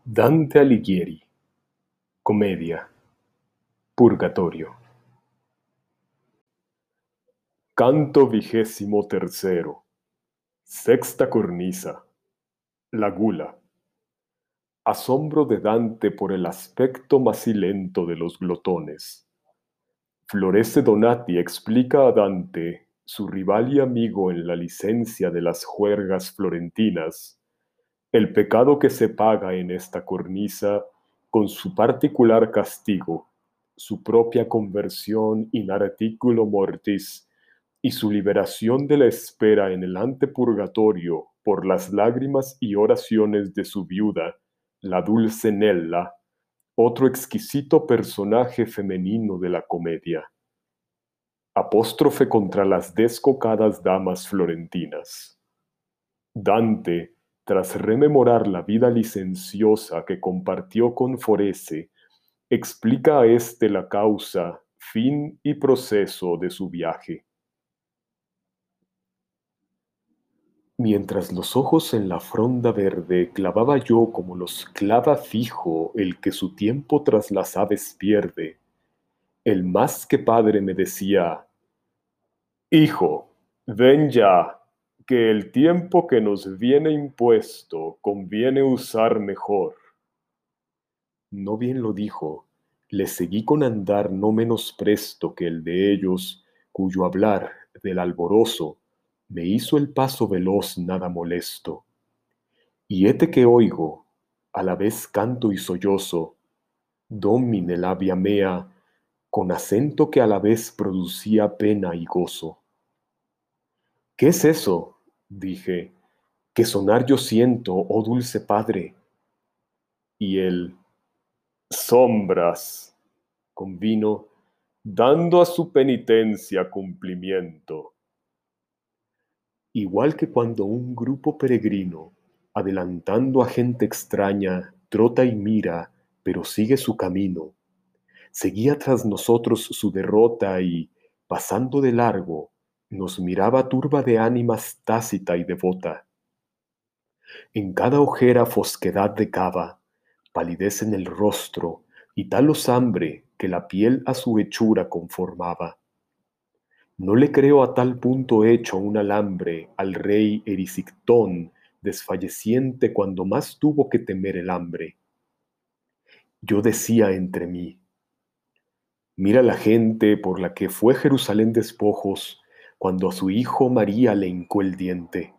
Dante Alighieri, Commedia, Purgatorio. Canto XXIII. Sexta cornisa. La gula. Asombro de Dante por el aspecto macilento de los glotones. Florese Donati explica a Dante, su rival y amigo en la licencia de las juergas florentinas, el pecado que se paga en esta cornisa con su particular castigo, su propia conversión in articulo mortis y su liberación de la espera en el antepurgatorio por las lágrimas y oraciones de su viuda, la Dulcenella, otro exquisito personaje femenino de la comedia. Apóstrofe contra las descocadas damas florentinas. Dante, tras rememorar la vida licenciosa que compartió con Forese, explica a éste la causa, fin y proceso de su viaje. Mientras los ojos en la fronda verde clavaba yo como los clava fijo el que su tiempo tras las aves pierde, el más que padre me decía: Hijo, ven ya, que el tiempo que nos viene impuesto conviene usar mejor. No bien lo dijo, le seguí con andar no menos presto que el de ellos, cuyo hablar del alborozo me hizo el paso veloz nada molesto. Y hete que oigo, a la vez canto y sollozo, domine labia mea, con acento que a la vez producía pena y gozo. ¿Qué es eso? Dije, que sonar yo siento, oh dulce padre. Y él, sombras, convino, dando a su penitencia cumplimiento. Igual que cuando un grupo peregrino, adelantando a gente extraña, trota y mira, pero sigue su camino, seguía tras nosotros su derrota y, pasando de largo, nos miraba turba de ánimas tácita y devota. En cada ojera fosquedad de cava, palidez en el rostro y tal osambre que la piel a su hechura conformaba. No le creo a tal punto hecho un alambre al rey Erisictón, desfalleciente cuando más tuvo que temer el hambre. Yo decía entre mí: mira la gente por la que fue Jerusalén despojos cuando a su hijo María le hincó el diente.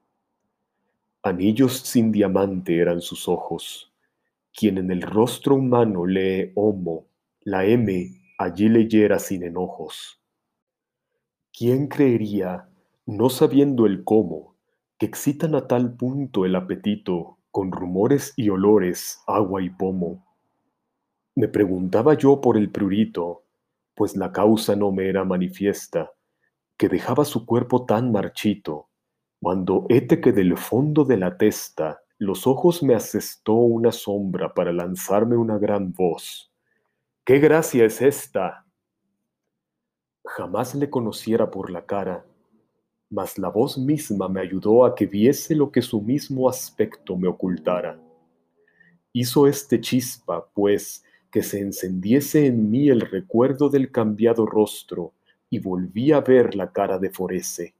Anillos sin diamante eran sus ojos. Quien en el rostro humano lee homo, la M allí leyera sin enojos. ¿Quién creería, no sabiendo el cómo, que excitan a tal punto el apetito con rumores y olores, agua y pomo? Me preguntaba yo por el prurito, pues la causa no me era manifiesta, que dejaba su cuerpo tan marchito, cuando hete que del fondo de la testa los ojos me asestó una sombra para lanzarme una gran voz. ¿Qué gracia es esta? Jamás le conociera por la cara, mas la voz misma me ayudó a que viese lo que su mismo aspecto me ocultara. Hizo este chispa, pues, que se encendiese en mí el recuerdo del cambiado rostro, y volví a ver la cara de Forese.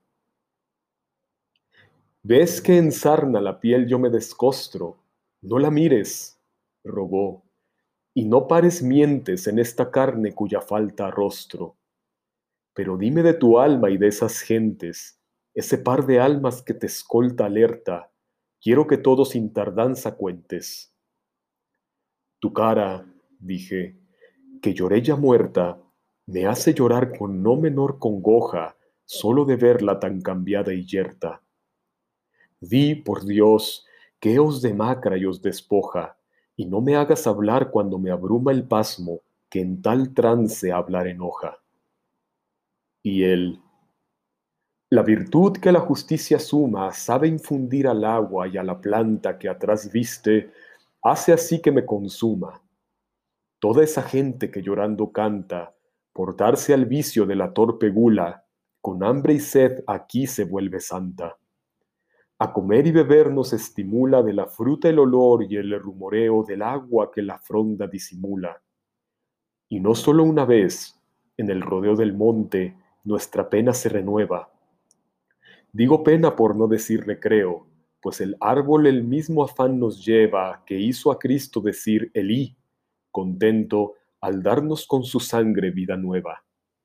¿Ves que en sarna la piel yo me descostro? No la mires, rogó, y no pares mientes en esta carne cuya falta rostro. Pero dime de tu alma y de esas gentes, ese par de almas que te escolta alerta, quiero que todo sin tardanza cuentes. Tu cara, dije, que lloré ya muerta, me hace llorar con no menor congoja, solo de verla tan cambiada y yerta. Di, por Dios, que os demacra y os despoja, y no me hagas hablar cuando me abruma el pasmo, que en tal trance hablar enoja. Y él, la virtud que la justicia suma sabe infundir al agua y a la planta que atrás viste, hace así que me consuma. Toda esa gente que llorando canta, por darse al vicio de la torpe gula, con hambre y sed aquí se vuelve santa. A comer y beber nos estimula de la fruta el olor y el rumoreo del agua que la fronda disimula. Y no solo una vez, en el rodeo del monte, nuestra pena se renueva. Digo pena por no decir recreo, pues el árbol el mismo afán nos lleva que hizo a Cristo decir Elí, contento al darnos con su sangre vida nueva.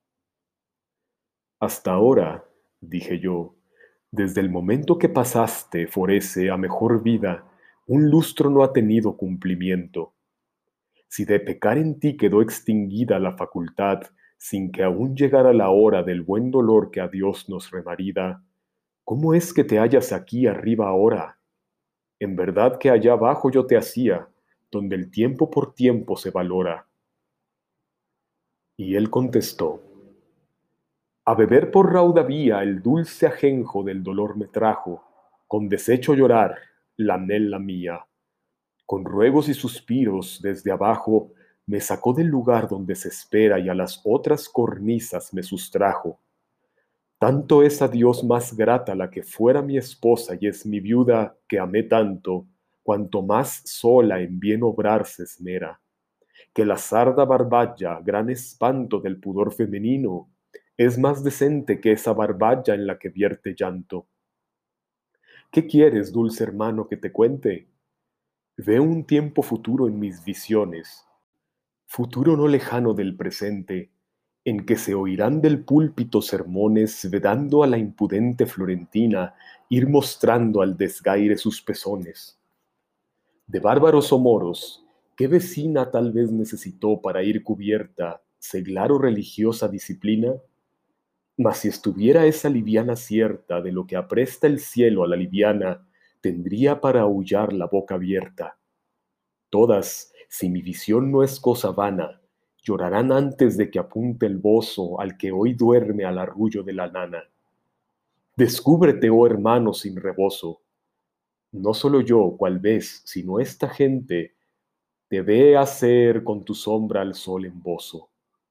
Hasta ahora, dije yo, desde el momento que pasaste, Forese, a mejor vida, un lustro no ha tenido cumplimiento. Si de pecar en ti quedó extinguida la facultad, sin que aún llegara la hora del buen dolor que a Dios nos remarida, ¿cómo es que te hallas aquí arriba ahora? En verdad que allá abajo yo te hacía, donde el tiempo por tiempo se valora. Y él contestó, a beber por rauda vía el dulce ajenjo del dolor me trajo, con deshecho llorar, la anhela mía. Con ruegos y suspiros desde abajo me sacó del lugar donde se espera y a las otras cornisas me sustrajo. Tanto es a Dios más grata la que fuera mi esposa y es mi viuda que amé tanto, cuanto más sola en bien obrar se esmera, que la sarda barballa, gran espanto del pudor femenino, es más decente que esa barballa en la que vierte llanto. ¿Qué quieres, dulce hermano, que te cuente? Veo un tiempo futuro en mis visiones, futuro no lejano del presente, en que se oirán del púlpito sermones vedando a la impudente florentina ir mostrando al desgaire sus pezones. De bárbaros o moros, ¿qué vecina tal vez necesitó para ir cubierta, seglar o religiosa disciplina? Mas si estuviera esa liviana cierta de lo que apresta el cielo a la liviana, tendría para aullar la boca abierta. Todas, si mi visión no es cosa vana, llorarán antes de que apunte el bozo al que hoy duerme al arrullo de la nana. Descúbrete, oh hermano, sin rebozo. No solo yo, cual ves, sino esta gente, te ve hacer con tu sombra al sol en bozo.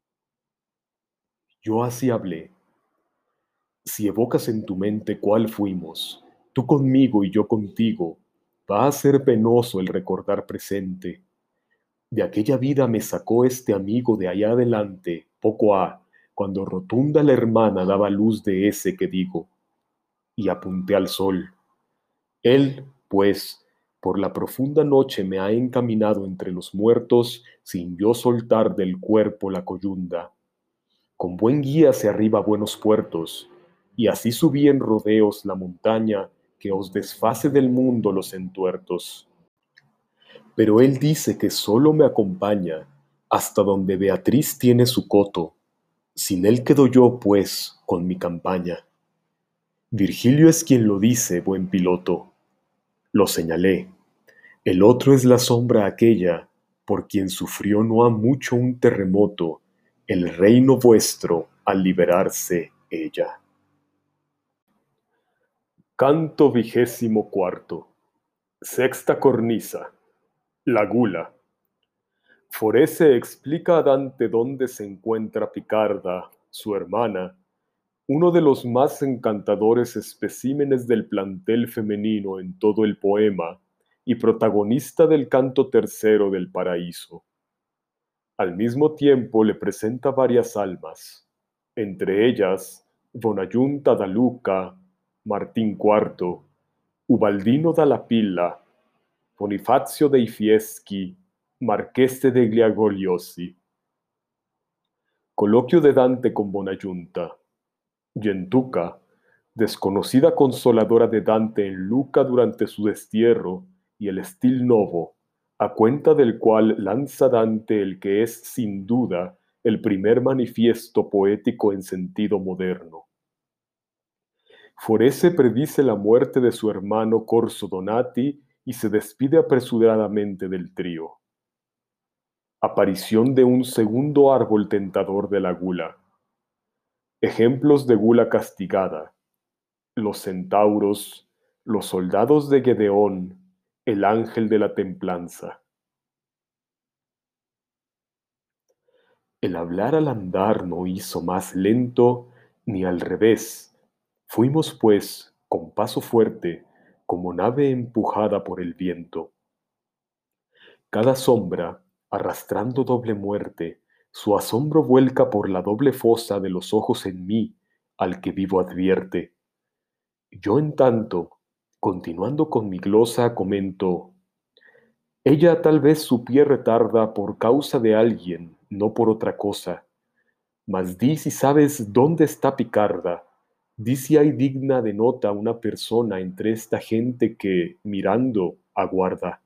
Yo así hablé. Si evocas en tu mente cuál fuimos, tú conmigo y yo contigo, va a ser penoso el recordar presente. De aquella vida me sacó este amigo de allá adelante, poco ha, cuando rotunda la hermana daba luz de ese que digo, y apunté al sol. Él, pues, por la profunda noche me ha encaminado entre los muertos sin yo soltar del cuerpo la coyunda. Con buen guía se arriba a buenos puertos, y así subí en rodeos la montaña que os desface del mundo los entuertos. Pero él dice que solo me acompaña hasta donde Beatriz tiene su coto. Sin él quedo yo, pues, con mi campaña. Virgilio es quien lo dice, buen piloto. Lo señalé. El otro es la sombra aquella, por quien sufrió no ha mucho un terremoto, el reino vuestro al liberarse ella. Canto XXIV. Sexta cornisa. La gula. Forese explica a Dante dónde se encuentra Picarda, su hermana, uno de los más encantadores especímenes del plantel femenino en todo el poema y protagonista del canto tercero del paraíso. Al mismo tiempo le presenta varias almas, entre ellas Bonayunta da Luca, Martín IV, Ubaldino dalla Pilla, Bonifacio dei Fieschi, Marchese de Gliagoliosi. Coloquio de Dante con Bonayunta. Gentuca, desconocida consoladora de Dante en Luca durante su destierro, y el Stil Novo, a cuenta del cual lanza Dante el que es, sin duda, el primer manifiesto poético en sentido moderno. Forese predice la muerte de su hermano Corso Donati y se despide apresuradamente del trío. Aparición de un segundo árbol tentador de la gula. Ejemplos de gula castigada: los centauros, los soldados de Gedeón, el ángel de la templanza. El hablar al andar no hizo más lento ni al revés. Fuimos, pues, con paso fuerte, como nave empujada por el viento. Cada sombra, arrastrando doble muerte, su asombro vuelca por la doble fosa de los ojos en mí, al que vivo advierte. Yo en tanto, continuando con mi glosa, comento, ella tal vez su pie retarda por causa de alguien, no por otra cosa. Mas di si sabes dónde está Picarda, di si hay digna de nota una persona entre esta gente que, mirando, aguarda.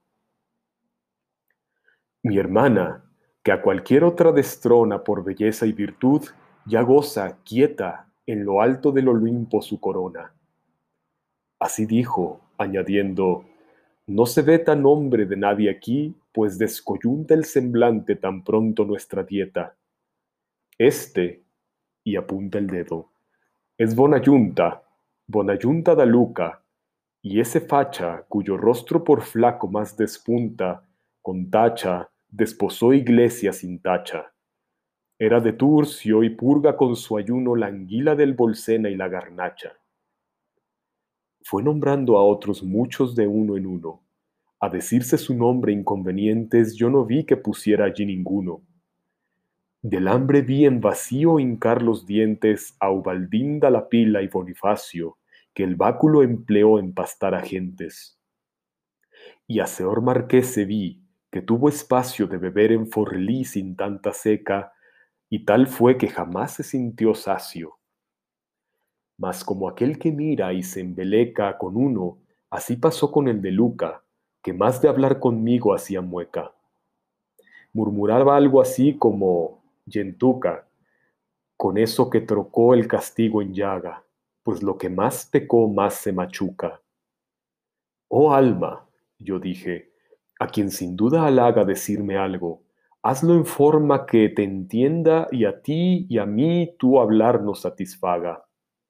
Mi hermana, que a cualquier otra destrona por belleza y virtud, ya goza, quieta, en lo alto del Olimpo su corona. Así dijo, añadiendo, no se ve tan hombre de nadie aquí, pues descoyunta el semblante tan pronto nuestra dieta. Este, y apunta el dedo, es Bonayunta, Bonayunta da Luca, y ese facha, cuyo rostro por flaco más despunta, con tacha, desposó iglesia sin tacha. Era de Turcio y purga con su ayuno la anguila del Bolsena y la garnacha. Fue nombrando a otros muchos de uno en uno. A decirse su nombre inconvenientes yo no vi que pusiera allí ninguno. Del hambre vi en vacío hincar los dientes a Ubaldinda la Pila y Bonifacio, que el báculo empleó en pastar a gentes. Y a Seor Marqués se vi, que tuvo espacio de beber en Forlí sin tanta seca, y tal fue que jamás se sintió sacio. Mas como aquel que mira y se embeleca con uno, así pasó con el de Luca, que más de hablar conmigo hacía mueca. Murmuraba algo así como yentuca, con eso que trocó el castigo en llaga, pues lo que más pecó más se machuca. Oh alma, yo dije, a quien sin duda halaga decirme algo, hazlo en forma que te entienda y a ti y a mí tu hablar nos satisfaga.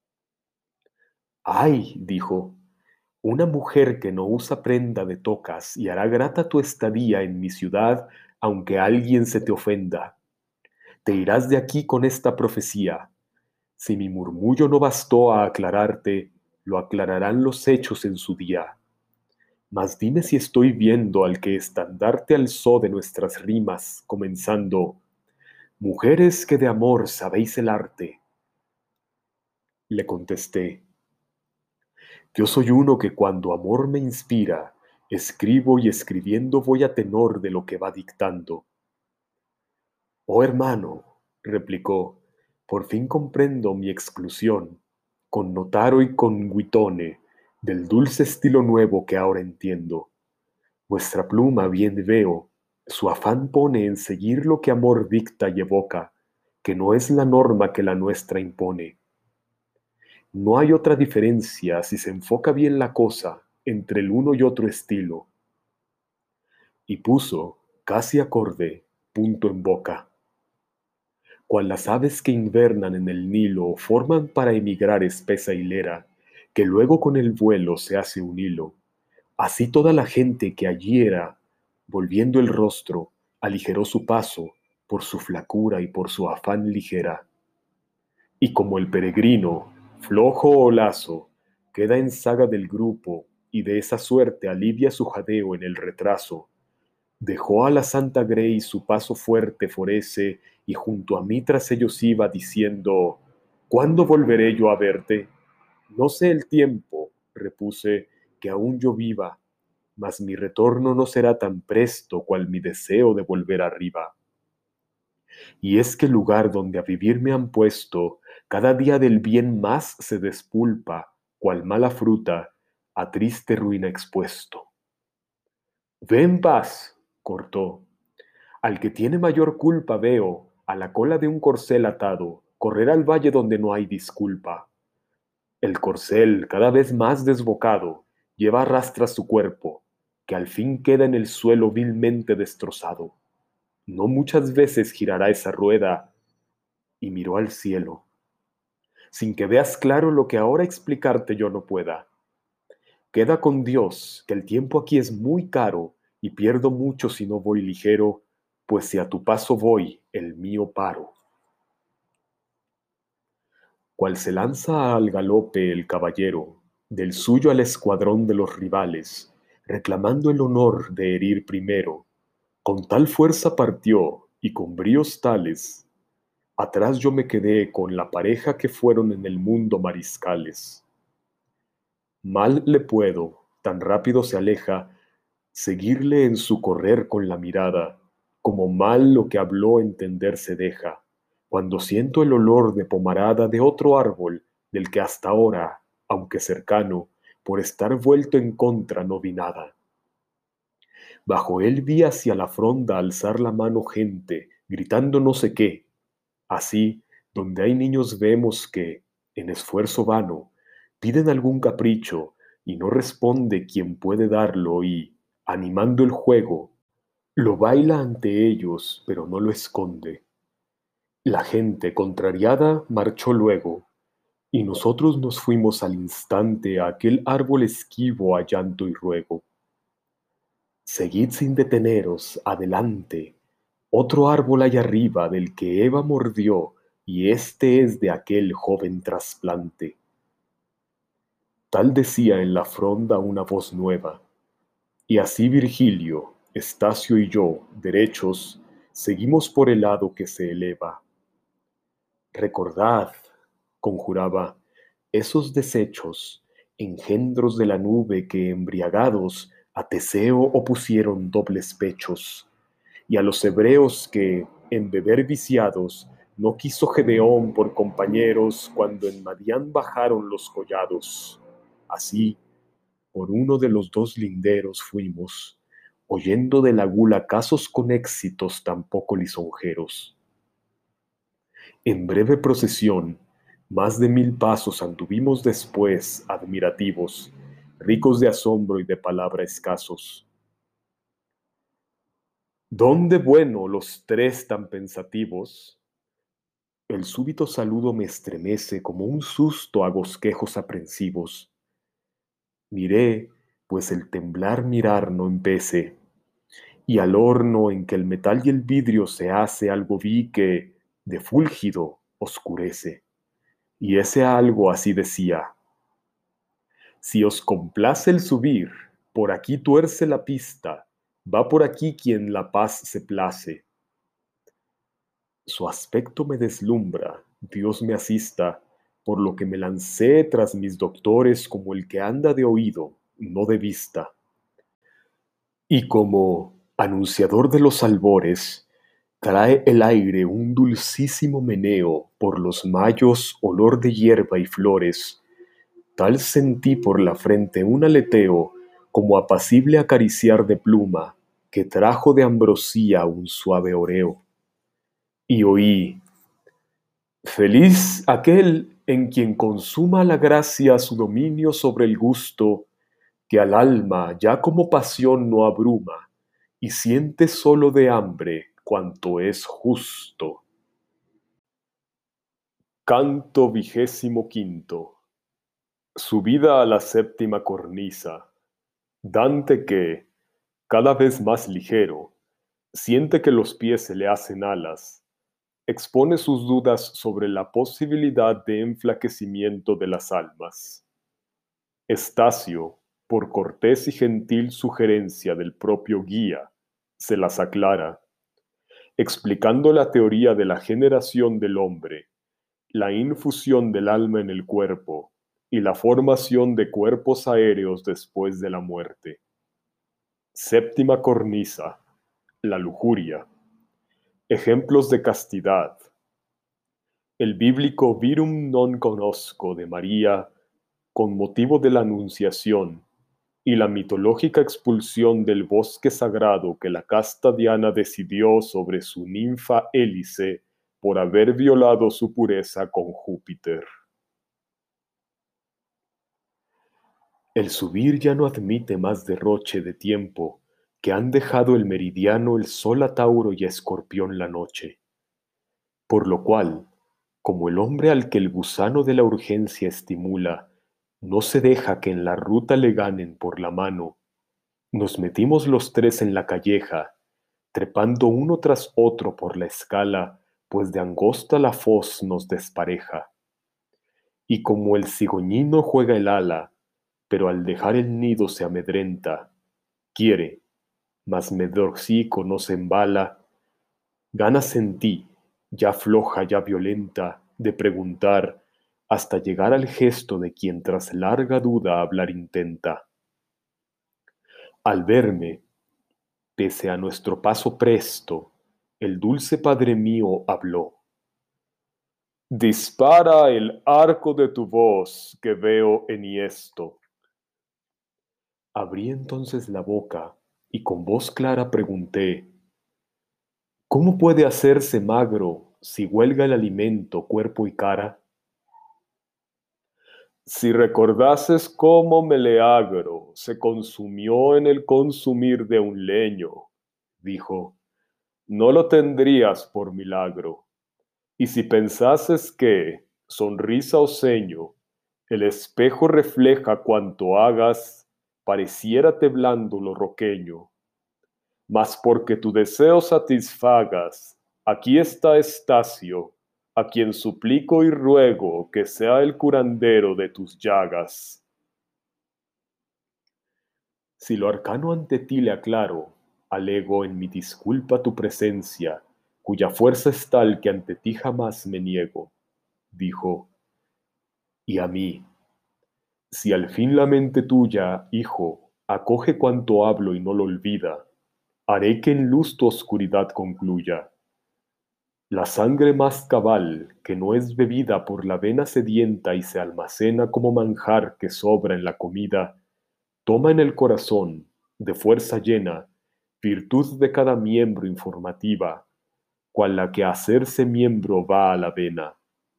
Ay, dijo, una mujer que no usa prenda de tocas y hará grata tu estadía en mi ciudad, aunque alguien se te ofenda. Te irás de aquí con esta profecía. Si mi murmullo no bastó a aclararte, lo aclararán los hechos en su día. Mas dime si estoy viendo al que estandarte alzó de nuestras rimas, comenzando, mujeres que de amor sabéis el arte. Le contesté, yo soy uno que cuando amor me inspira, escribo y escribiendo voy a tenor de lo que va dictando. Oh hermano, replicó, por fin comprendo mi exclusión, con Notaro y con Guitone, del dulce estilo nuevo que ahora entiendo. Vuestra pluma bien veo, su afán pone en seguir lo que amor dicta y evoca, que no es la norma que la nuestra impone. No hay otra diferencia si se enfoca bien la cosa entre el uno y otro estilo. Y puso, casi acorde, punto en boca. Cual las aves que invernan en el Nilo forman para emigrar espesa hilera, que luego con el vuelo se hace un hilo. Así toda la gente que allí era, volviendo el rostro, aligeró su paso por su flacura y por su afán ligera. Y como el peregrino, flojo o lazo, queda en saga del grupo y de esa suerte alivia su jadeo en el retraso, dejó a la Santa Grey su paso fuerte forece y junto a mí tras ellos iba diciendo, ¿cuándo volveré yo a verte? No sé el tiempo, repuse, que aún yo viva, mas mi retorno no será tan presto cual mi deseo de volver arriba. Y es que el lugar donde a vivir me han puesto, cada día del bien más se despulpa, cual mala fruta, a triste ruina expuesto. Ve en paz, cortó. Al que tiene mayor culpa veo, a la cola de un corcel atado, correr al valle donde no hay disculpa. El corcel, cada vez más desbocado, lleva a rastras su cuerpo, que al fin queda en el suelo vilmente destrozado. No muchas veces girará esa rueda, y miró al cielo, sin que veas claro lo que ahora explicarte yo no pueda. Queda con Dios, que el tiempo aquí es muy caro, y pierdo mucho si no voy ligero, pues si a tu paso voy, el mío paro. Cual se lanza al galope el caballero, del suyo al escuadrón de los rivales, reclamando el honor de herir primero. Con tal fuerza partió, y con bríos tales, atrás yo me quedé con la pareja que fueron en el mundo mariscales. Mal le puedo, tan rápido se aleja, seguirle en su correr con la mirada, como mal lo que habló entender se deja, cuando siento el olor de pomarada de otro árbol del que hasta ahora, aunque cercano, por estar vuelto en contra no vi nada. Bajo él vi hacia la fronda alzar la mano gente, gritando no sé qué. Así, donde hay niños vemos que, en esfuerzo vano, piden algún capricho y no responde quien puede darlo y, animando el juego, lo baila ante ellos, pero no lo esconde. La gente, contrariada, marchó luego, y nosotros nos fuimos al instante a aquel árbol esquivo a llanto y ruego. Seguid sin deteneros, adelante. Otro árbol hay arriba del que Eva mordió, y este es de aquel joven trasplante. Tal decía en la fronda una voz nueva, y así Virgilio, Estacio y yo, derechos, seguimos por el lado que se eleva. Recordad, conjuraba, esos desechos, engendros de la nube que embriagados a Teseo opusieron dobles pechos, y a los hebreos que, en beber viciados, no quiso Gedeón por compañeros cuando en Madián bajaron los collados. Así, por uno de los dos linderos fuimos, oyendo de la gula casos con éxitos tampoco lisonjeros. En breve procesión, más de 1000 pasos anduvimos después, admirativos, ricos de asombro y de palabra escasos. ¿Dónde, bueno, los tres tan pensativos? El súbito saludo me estremece como un susto a bosquejos aprensivos. Miré, pues el temblar mirar no empece, y al horno en que el metal y el vidrio se hace algo vi que, de fúlgido, oscurece. Y ese algo así decía: si os complace el subir, por aquí tuerce la pista, va por aquí quien la paz se place. Su aspecto me deslumbra, Dios me asista, por lo que me lancé tras mis doctores como el que anda de oído, no de vista. Y como anunciador de los albores, trae el aire un dulcísimo meneo, por los mayos olor de hierba y flores. Tal sentí por la frente un aleteo, como apacible acariciar de pluma, que trajo de ambrosía un suave oreo. Y oí: feliz aquel en quien consuma la gracia su dominio sobre el gusto, que al alma ya como pasión no abruma, y siente solo de hambre cuanto es justo. Canto XXV. Subida a la séptima cornisa. Dante que, cada vez más ligero, siente que los pies se le hacen alas, expone sus dudas sobre la posibilidad de enflaquecimiento de las almas. Estacio, por cortés y gentil sugerencia del propio guía, se las aclara, explicando la teoría de la generación del hombre, la infusión del alma en el cuerpo y la formación de cuerpos aéreos después de la muerte. Séptima cornisa: la lujuria. Ejemplos de castidad. El bíblico Virum non conosco de María, con motivo de la Anunciación, y la mitológica expulsión del bosque sagrado que la casta Diana decidió sobre su ninfa Hélice por haber violado su pureza con Júpiter. El subir ya no admite más derroche de tiempo, que han dejado el meridiano el sol a Tauro y a Escorpión la noche. Por lo cual, como el hombre al que el gusano de la urgencia estimula, no se deja que en la ruta le ganen por la mano, nos metimos los tres en la calleja, trepando uno tras otro por la escala, pues de angosta la foz nos despareja. Y como el cigoñino juega el ala, pero al dejar el nido se amedrenta, quiere, mas medrosico no se embala, ganas en ti, ya floja, ya violenta, de preguntar, hasta llegar al gesto de quien tras larga duda hablar intenta. Al verme, pese a nuestro paso presto, el dulce Padre mío habló. Dispara el arco de tu voz que veo enhiesto. Abrí entonces la boca y con voz clara pregunté, ¿cómo puede hacerse magro si huelga el alimento cuerpo y cara? Si recordases cómo Meleagro se consumió en el consumir de un leño, dijo, no lo tendrías por milagro. Y si pensases que, sonrisa o ceño, el espejo refleja cuanto hagas, pareciérate blando lo roqueño. Mas porque tu deseo satisfagas, aquí está Estacio, a quien suplico y ruego que sea el curandero de tus llagas. Si lo arcano ante ti le aclaro, alego en mi disculpa tu presencia, cuya fuerza es tal que ante ti jamás me niego, dijo. Y a mí, si al fin la mente tuya, hijo, acoge cuanto hablo y no lo olvida, haré que en luz tu oscuridad concluya. La sangre más cabal, que no es bebida por la vena sedienta y se almacena como manjar que sobra en la comida, toma en el corazón, de fuerza llena, virtud de cada miembro informativa, cual la que a hacerse miembro va a la vena.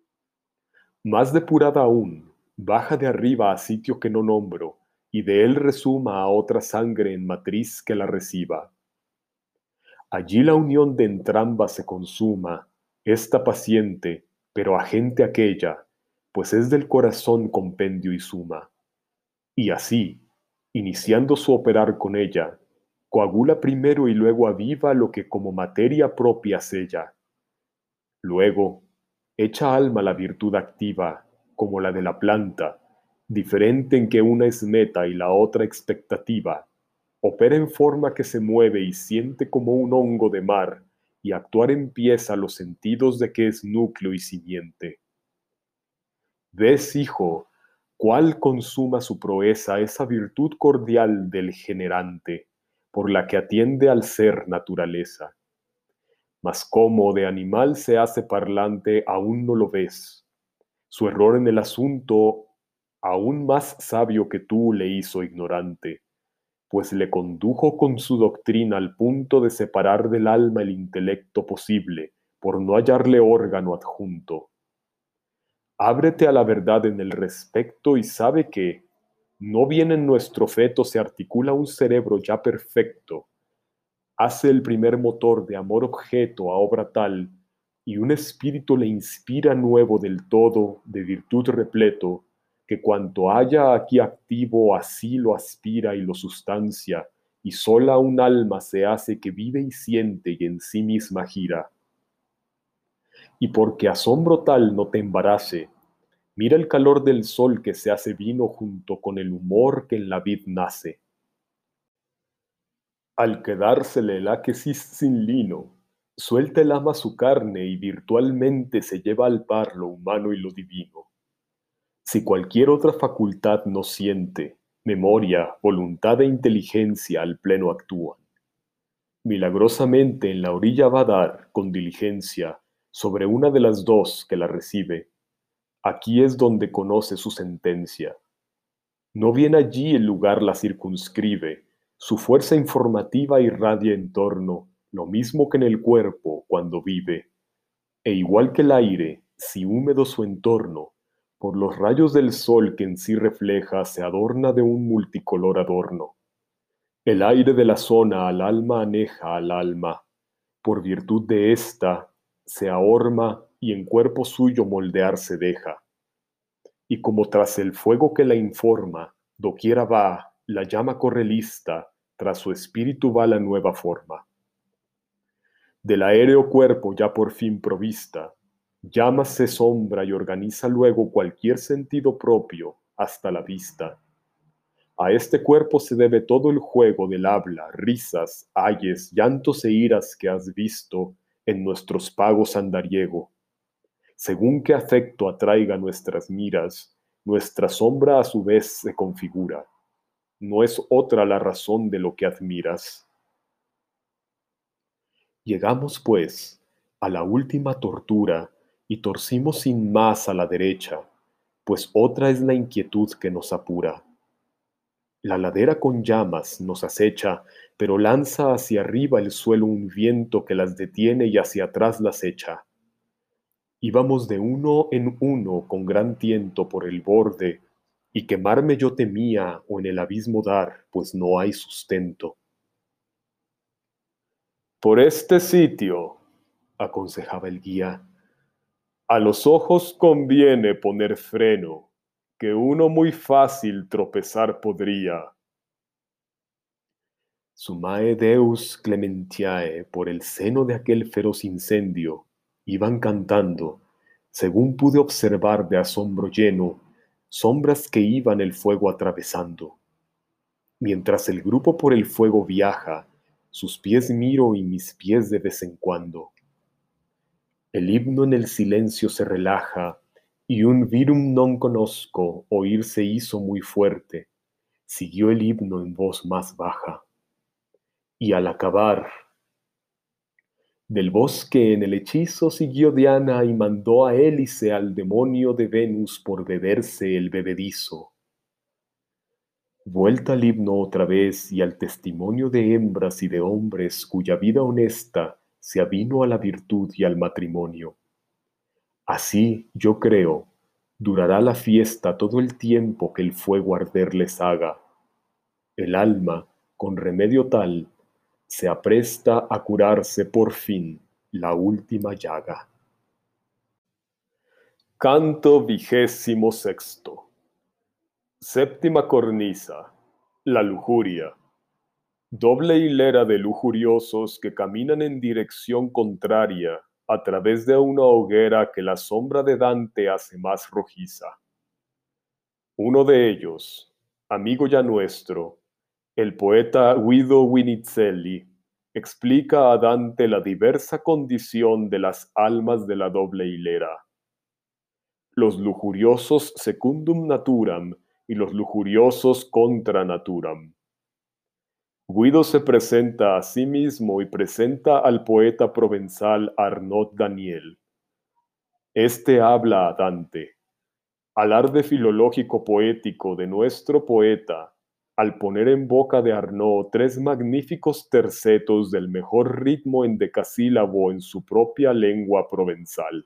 Más depurada aún, baja de arriba a sitio que no nombro, y de él resuma a otra sangre en matriz que la reciba. Allí la unión de entrambas se consuma, esta paciente, pero agente aquella, pues es del corazón compendio y suma. Y así, iniciando su operar con ella, coagula primero y luego aviva lo que como materia propia sella. Luego, echa alma la virtud activa, como la de la planta, diferente en que una es meta y la otra expectativa, opera en forma que se mueve y siente como un hongo de mar, y actuar empieza los sentidos de que es núcleo y simiente. ¿Ves, hijo, cuál consuma su proeza esa virtud cordial del generante, por la que atiende al ser naturaleza? Mas cómo de animal se hace parlante aún no lo ves. Su error en el asunto, aún más sabio que tú, le hizo ignorante, pues le condujo con su doctrina al punto de separar del alma el intelecto posible, por no hallarle órgano adjunto. Ábrete a la verdad en el respecto y sabe que, no bien en nuestro feto se articula un cerebro ya perfecto, hace el primer motor de amor objeto a obra tal, y un espíritu le inspira nuevo del todo, de virtud repleto, que cuanto haya aquí activo así lo aspira y lo sustancia, y sola un alma se hace que vive y siente y en sí misma gira. Y porque asombro tal no te embarace, mira el calor del sol que se hace vino junto con el humor que en la vid nace. Al quedársele el aquesis sin lino, suelta el ama su carne y virtualmente se lleva al par lo humano y lo divino. Si cualquier otra facultad no siente, memoria, voluntad e inteligencia al pleno actúan. Milagrosamente en la orilla va a dar, con diligencia, sobre una de las dos que la recibe. Aquí es donde conoce su sentencia. No bien allí el lugar la circunscribe, su fuerza informativa irradia en torno, lo mismo que en el cuerpo cuando vive, e igual que el aire, si húmedo su entorno, por los rayos del sol que en sí refleja se adorna de un multicolor adorno. El aire de la zona al alma aneja al alma, por virtud de ésta se ahorma y en cuerpo suyo moldearse deja. Y como tras el fuego que la informa, doquiera va, la llama corre lista, tras su espíritu va la nueva forma. Del aéreo cuerpo ya por fin provista, llámase sombra y organiza luego cualquier sentido propio hasta la vista. A este cuerpo se debe todo el juego del habla, risas, ayes, llantos e iras que has visto en nuestros pagos andariego. Según qué afecto atraiga nuestras miras, nuestra sombra a su vez se configura. No es otra la razón de lo que admiras. Llegamos, pues, a la última tortura y torcimos sin más a la derecha, pues otra es la inquietud que nos apura. La ladera con llamas nos acecha, pero lanza hacia arriba el suelo un viento que las detiene y hacia atrás las echa. Íbamos de uno en uno con gran tiento por el borde, y quemarme yo temía o en el abismo dar, pues no hay sustento. Por este sitio, aconsejaba el guía, a los ojos conviene poner freno, que uno muy fácil tropezar podría. Sumae Deus clementiae, por el seno de aquel feroz incendio, iban cantando, según pude observar de asombro lleno, sombras que iban el fuego atravesando. Mientras el grupo por el fuego viaja, sus pies miro y mis pies de vez en cuando. El himno en el silencio se relaja, y un virum non conozco oír se hizo muy fuerte. Siguió el himno en voz más baja. Y al acabar, del bosque en el hechizo siguió Diana y mandó a Hélice al demonio de Venus por beberse el bebedizo. Vuelta al himno otra vez y al testimonio de hembras y de hombres cuya vida honesta se avino a la virtud y al matrimonio. Así, yo creo, durará la fiesta todo el tiempo que el fuego arder les haga. El alma, con remedio tal, se apresta a curarse por fin la última llaga. Canto XXVI. Séptima cornisa. La lujuria. Doble hilera de lujuriosos que caminan en dirección contraria a través de una hoguera que la sombra de Dante hace más rojiza. Uno de ellos, amigo ya nuestro, el poeta Guido Winizelli, explica a Dante la diversa condición de las almas de la doble hilera. Los lujuriosos secundum naturam y los lujuriosos contra naturam. Guido se presenta a sí mismo y presenta al poeta provenzal Arnaud Daniel. Este habla a Dante. Alarde filológico poético de nuestro poeta, al poner en boca de Arnaud tres magníficos tercetos del mejor ritmo en decasílabo en su propia lengua provenzal.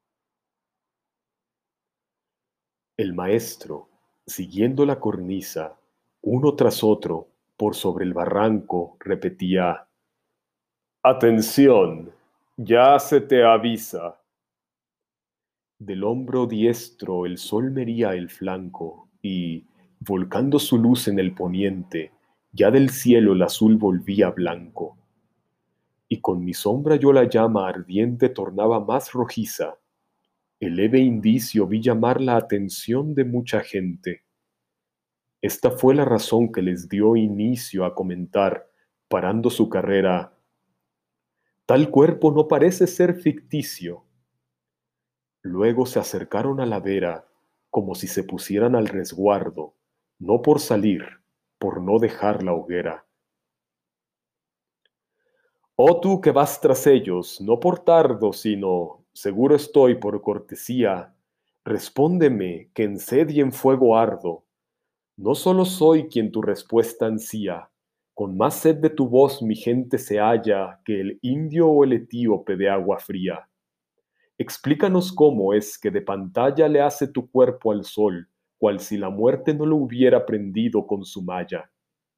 El maestro, siguiendo la cornisa, uno tras otro, por sobre el barranco, repetía: «Atención, ya se te avisa». Del hombro diestro el sol mería el flanco, y, volcando su luz en el poniente, ya del cielo el azul volvía blanco. Y con mi sombra yo la llama ardiente tornaba más rojiza. El leve indicio vi llamar la atención de mucha gente. Esta fue la razón que les dio inicio a comentar, parando su carrera: «Tal cuerpo no parece ser ficticio». Luego se acercaron a la vera, como si se pusieran al resguardo, no por salir, por no dejar la hoguera. Oh tú que vas tras ellos, no por tardo, sino, seguro estoy, por cortesía, respóndeme, que en sed y en fuego ardo. No solo soy quien tu respuesta ansía, con más sed de tu voz mi gente se halla que el indio o el etíope de agua fría. Explícanos cómo es que de pantalla le hace tu cuerpo al sol, cual si la muerte no lo hubiera prendido con su malla.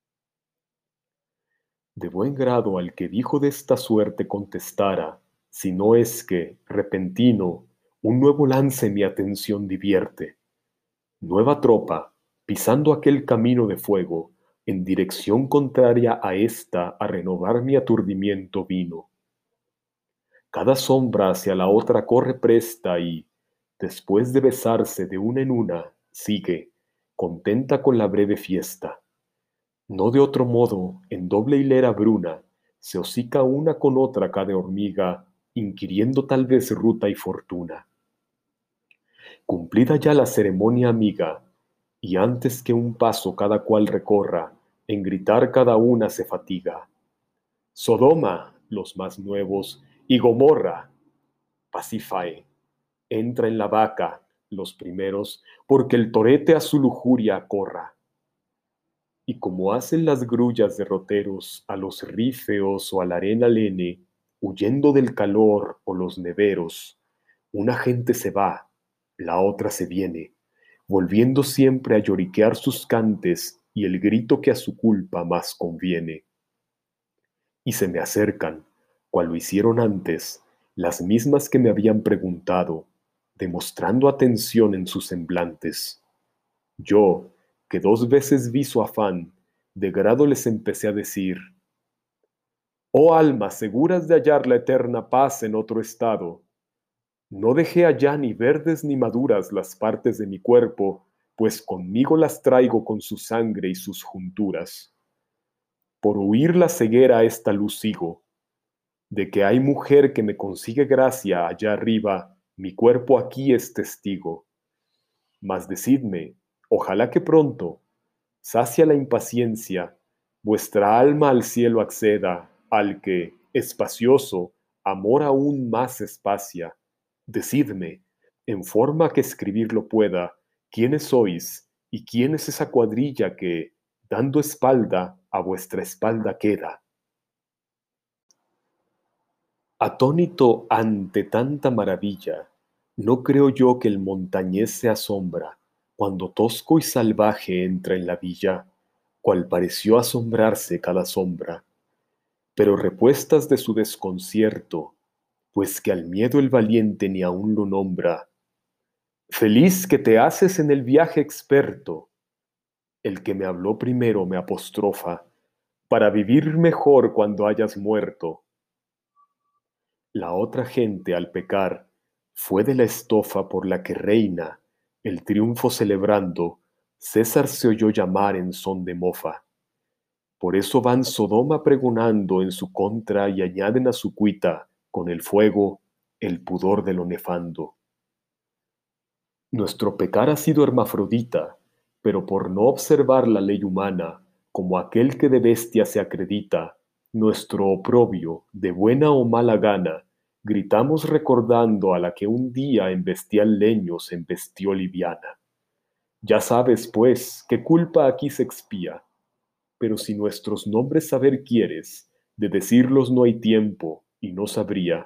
De buen grado al que dijo de esta suerte contestara, si no es que, repentino, un nuevo lance mi atención divierte. Nueva tropa, pisando aquel camino de fuego, en dirección contraria a esta a renovar mi aturdimiento vino. Cada sombra hacia la otra corre presta y, después de besarse de una en una, sigue, contenta con la breve fiesta. No de otro modo, en doble hilera bruna, se hocica una con otra cada hormiga, inquiriendo tal vez ruta y fortuna. Cumplida ya la ceremonia amiga, y antes que un paso cada cual recorra, en gritar cada una se fatiga. Sodoma, los más nuevos, y Gomorra, Pasífae, entra en la vaca, los primeros, porque el torete a su lujuria corra. Y como hacen las grullas derroteros a los rífeos o a la arena lene, huyendo del calor o los neveros, una gente se va, la otra se viene, volviendo siempre a lloriquear sus cantes y el grito que a su culpa más conviene. Y se me acercan, cual lo hicieron antes, las mismas que me habían preguntado, demostrando atención en sus semblantes. Yo, que 2 veces vi su afán, de grado les empecé a decir: Oh almas seguras de hallar la eterna paz en otro estado, no dejé allá ni verdes ni maduras las partes de mi cuerpo, pues conmigo las traigo con su sangre y sus junturas. Por huir la ceguera a esta luz sigo, de que hay mujer que me consigue gracia allá arriba, mi cuerpo aquí es testigo. Mas decidme, ojalá que pronto, sacia la impaciencia, vuestra alma al cielo acceda, al que, espacioso, amor aún más espacia. Decidme, en forma que escribirlo pueda, quiénes sois y quién es esa cuadrilla que, dando espalda, a vuestra espalda queda. Atónito ante tanta maravilla, no creo yo que el montañés se asombra cuando tosco y salvaje entra en la villa, cual pareció asombrarse cada sombra, pero repuestas de su desconcierto, pues que al miedo el valiente ni aun lo nombra. Feliz que te haces en el viaje experto, el que me habló primero me apostrofa, para vivir mejor cuando hayas muerto. La otra gente al pecar fue de la estofa por la que reina, el triunfo celebrando, César se oyó llamar en son de mofa. Por eso van Sodoma pregonando en su contra y añaden a su cuita, con el fuego, el pudor de lo nefando. Nuestro pecar ha sido hermafrodita, pero por no observar la ley humana, como aquel que de bestia se acredita, nuestro oprobio, de buena o mala gana, gritamos recordando a la que un día en bestial leño se embestió liviana. Ya sabes, pues, qué culpa aquí se expía, pero si nuestros nombres saber quieres, de decirlos no hay tiempo y no sabría.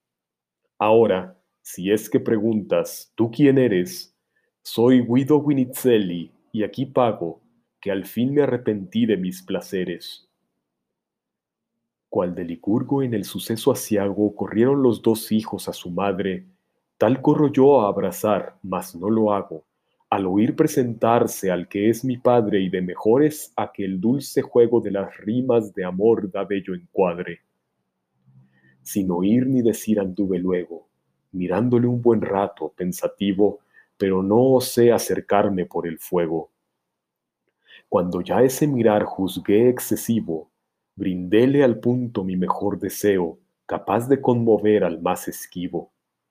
Ahora, si es que preguntas, ¿tú quién eres? Soy Guido Guinizelli, y aquí pago, que al fin me arrepentí de mis placeres. Cual de Licurgo en el suceso aciago corrieron los 2 hijos a su madre, tal corro yo a abrazar, mas no lo hago, al oír presentarse al que es mi padre y de mejores a que el dulce juego de las rimas de amor da bello encuadre. Sin oír ni decir anduve luego, mirándole un buen rato, pensativo, pero no osé acercarme por el fuego. Cuando ya ese mirar juzgué excesivo, brindéle al punto mi mejor deseo, capaz de conmover al más esquivo.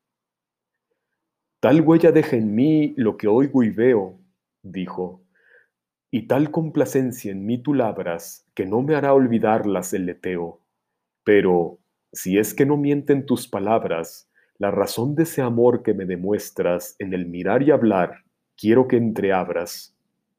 Tal huella deja en mí lo que oigo y veo, dijo, y tal complacencia en mí tú labras, que no me hará olvidarlas el leteo. Pero, si es que no mienten tus palabras, la razón de ese amor que me demuestras en el mirar y hablar, quiero que entreabras.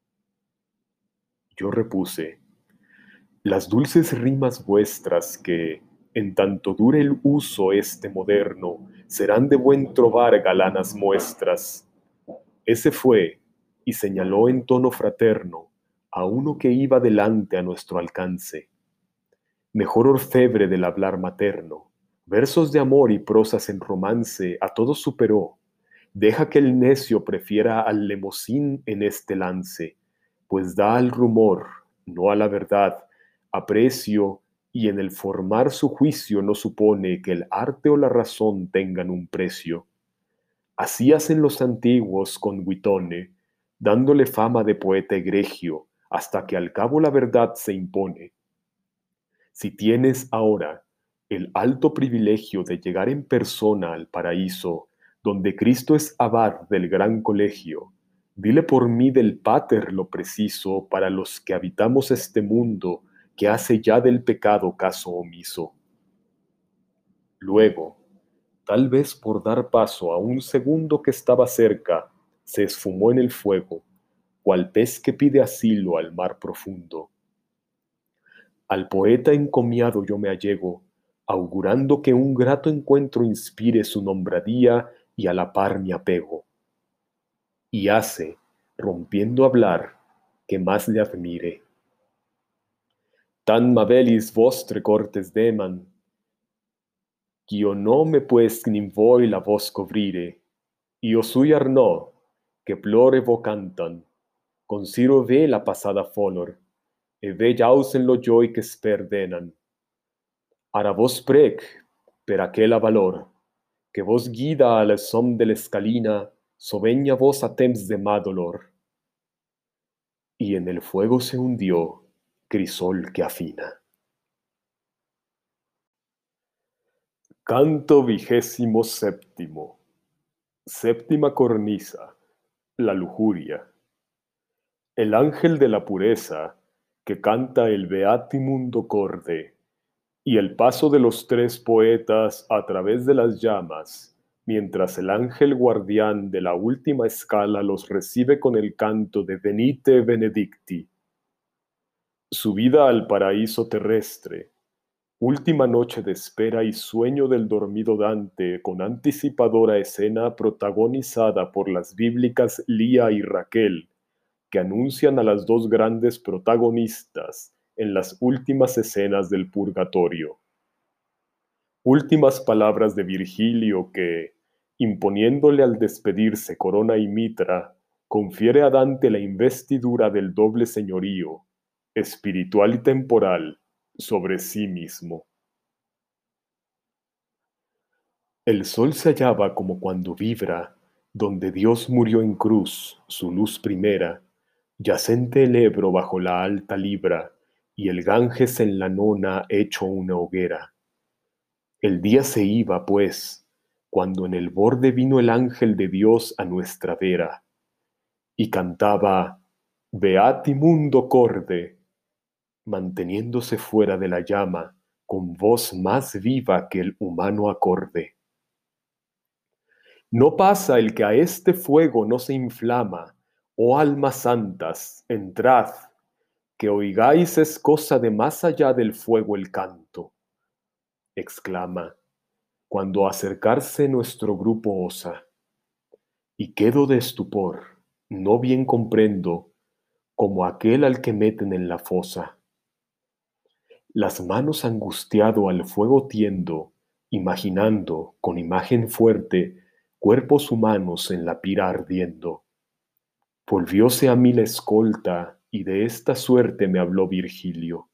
Yo repuse, las dulces rimas vuestras que, en tanto dure el uso este moderno, serán de buen trovar galanas muestras. Ese fue, y señaló en tono fraterno, a uno que iba delante a nuestro alcance. Mejor orfebre del hablar materno, versos de amor y prosas en romance a todos superó. Deja que el necio prefiera al lemosín en este lance, pues da al rumor, no a la verdad, aprecio, y en el formar su juicio no supone que el arte o la razón tengan un precio. Así hacen los antiguos con Guitone, dándole fama de poeta egregio, hasta que al cabo la verdad se impone. Si tienes ahora el alto privilegio de llegar en persona al paraíso, donde Cristo es abad del gran colegio, dile por mí del Pater lo preciso para los que habitamos este mundo que hace ya del pecado caso omiso. Luego, tal vez por dar paso a un segundo que estaba cerca, se esfumó en el fuego, cual pez que pide asilo al mar profundo. Al poeta encomiado yo me allego, augurando que un grato encuentro inspire su nombradía y a la par mi apego. Y hace, rompiendo a hablar, que más le admire. Tan mabelis vostre cortes deman, qu'io no me pues nin voi la voz covrire, io sui Arnaud, que plore vo cantan, consiro ve la passada folor, e ve jausen lo gioi que sperdenan. Ara vos prec, per aquela valor, que vos guida al som de l'escalina, sovegna vos a temps de má dolor. Y en el fuego se hundió crisol que afina. Canto XXVII. Séptima cornisa. La lujuria. El ángel de la pureza, que canta el Beatimundo Corde, y el paso de los tres poetas a través de las llamas, mientras el ángel guardián de la última escala los recibe con el canto de Venite Benedicti. Subida al paraíso terrestre, última noche de espera y sueño del dormido Dante con anticipadora escena protagonizada por las bíblicas Lía y Raquel, que anuncian a las dos grandes protagonistas en las últimas escenas del purgatorio. Últimas palabras de Virgilio que, imponiéndole al despedirse corona y mitra, confiere a Dante la investidura del doble señorío, espiritual y temporal, sobre sí mismo. El sol se hallaba como cuando vibra, donde Dios murió en cruz, su luz primera, yacente el Ebro bajo la alta libra, y el Ganges en la nona hecho una hoguera. El día se iba, pues, cuando en el borde vino el ángel de Dios a nuestra vera, y cantaba Beati mundo corde, manteniéndose fuera de la llama, con voz más viva que el humano acorde. No pasa el que a este fuego no se inflama, oh almas santas, entrad, que oigáis es cosa de más allá del fuego el canto, exclama, cuando acercarse nuestro grupo osa. Y quedo de estupor, no bien comprendo, como aquel al que meten en la fosa. Las manos angustiado al fuego tiendo, imaginando, con imagen fuerte, cuerpos humanos en la pira ardiendo. Volvióse a mí la escolta, y de esta suerte me habló Virgilio.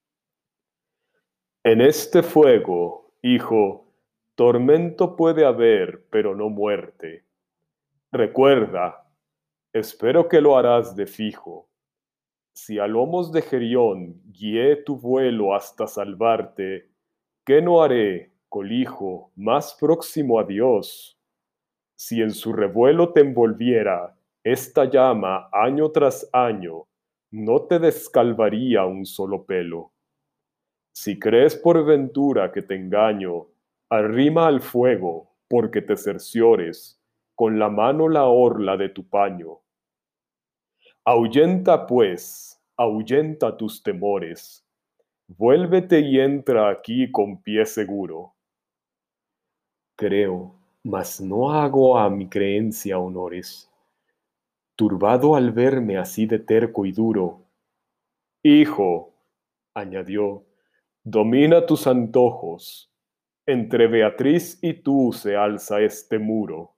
En este fuego, hijo, tormento puede haber, pero no muerte. Recuerda, espero que lo harás de fijo. Si a lomos de Gerión guié tu vuelo hasta salvarte, ¿qué no haré, colijo, más próximo a Dios? Si en su revuelo te envolviera esta llama año tras año, no te descalvaría un solo pelo. Si crees por ventura que te engaño, arrima al fuego, porque te cerciores, con la mano la orla de tu paño. Ahuyenta, pues, ahuyenta tus temores. Vuélvete y entra aquí con pie seguro. Creo, mas no hago a mi creencia honores. Turbado al verme así de terco y duro. Hijo, añadió, domina tus antojos. Entre Beatriz y tú se alza este muro.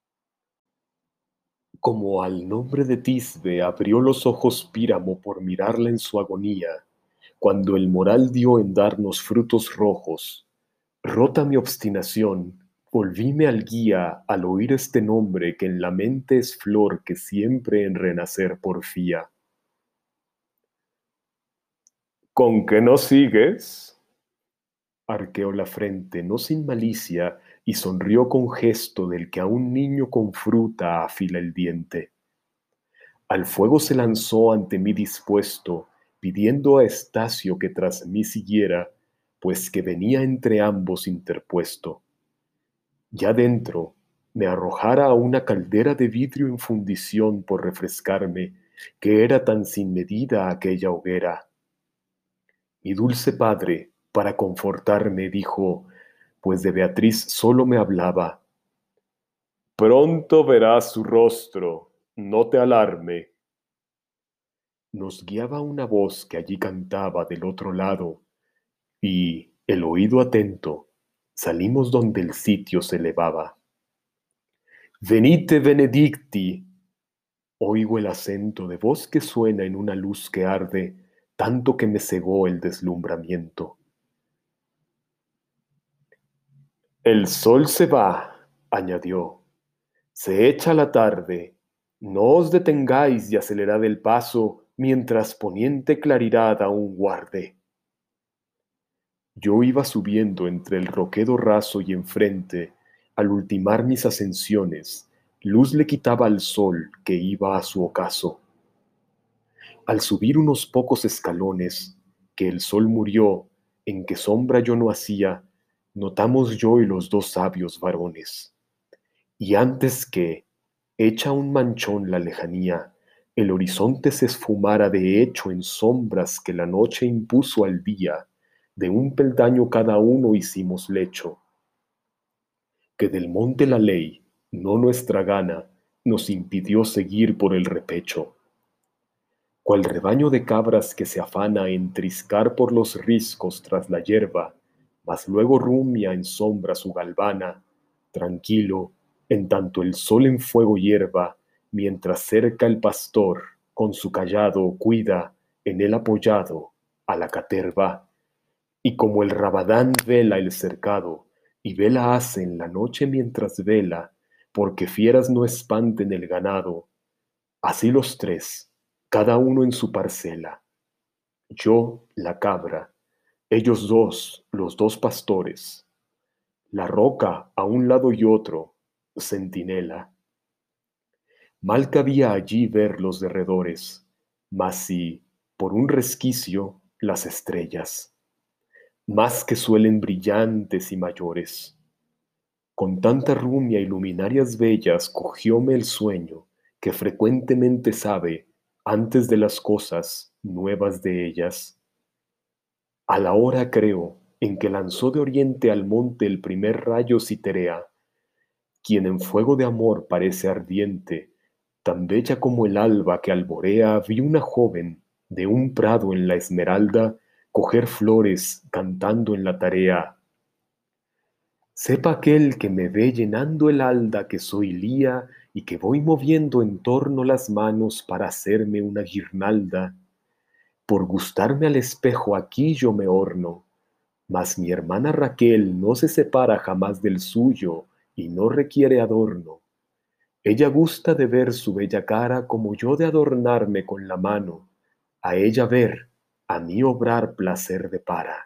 Como al nombre de Tisbe abrió los ojos Píramo por mirarla en su agonía, cuando el moral dio en darnos frutos rojos. Rota mi obstinación, volvíme al guía al oír este nombre que en la mente es flor que siempre en renacer porfía. ¿Con qué no sigues? Arqueó la frente, no sin malicia, y sonrió con gesto del que a un niño con fruta afila el diente. Al fuego se lanzó ante mí dispuesto, pidiendo a Estacio que tras mí siguiera, pues que venía entre ambos interpuesto. Ya dentro, me arrojara a una caldera de vidrio en fundición por refrescarme, que era tan sin medida aquella hoguera. Mi dulce padre, para confortarme, dijo, pues de Beatriz solo me hablaba: pronto verás su rostro, no te alarme. Nos guiaba una voz que allí cantaba del otro lado, y, el oído atento, salimos donde el sitio se elevaba. Venite benedicti. Oigo el acento de voz que suena en una luz que arde, tanto que me cegó el deslumbramiento. El sol se va, añadió, se echa la tarde, no os detengáis y acelerad el paso mientras poniente claridad aún guarde. Yo iba subiendo entre el roquedo raso y enfrente, al ultimar mis ascensiones, luz le quitaba al sol que iba a su ocaso. Al subir unos pocos escalones, que el sol murió, en que sombra yo no hacía, notamos yo y los dos sabios varones. Y antes que, hecha un manchón la lejanía, el horizonte se esfumara de hecho en sombras que la noche impuso al día, de un peldaño cada uno hicimos lecho, que del monte la ley, no nuestra gana, nos impidió seguir por el repecho. Cual rebaño de cabras que se afana en triscar por los riscos tras la yerba, mas luego rumia en sombra su galvana, tranquilo, en tanto el sol en fuego hierva, mientras cerca el pastor, con su cayado, cuida, en él apoyado, a la caterva, y como el rabadán vela el cercado, y vela hace en la noche mientras vela, porque fieras no espanten el ganado, así los tres, cada uno en su parcela, yo la cabra, ellos dos, los dos pastores, la roca a un lado y otro, centinela. Mal cabía allí ver los derredores, mas sí, por un resquicio, las estrellas, más que suelen brillantes y mayores. Con tanta rumia y luminarias bellas cogióme el sueño, que frecuentemente sabe, antes de las cosas, nuevas de ellas. A la hora, creo, en que lanzó de oriente al monte el primer rayo Citerea, quien en fuego de amor parece ardiente, tan bella como el alba que alborea, vi una joven, de un prado en la esmeralda, coger flores, cantando en la tarea. Sepa aquel que me ve llenando el halda que soy Lía y que voy moviendo en torno las manos para hacerme una guirnalda. Por gustarme al espejo aquí yo me orno, mas mi hermana Raquel no se separa jamás del suyo y no requiere adorno. Ella gusta de ver su bella cara como yo de adornarme con la mano. A ella ver, a mí obrar placer depara.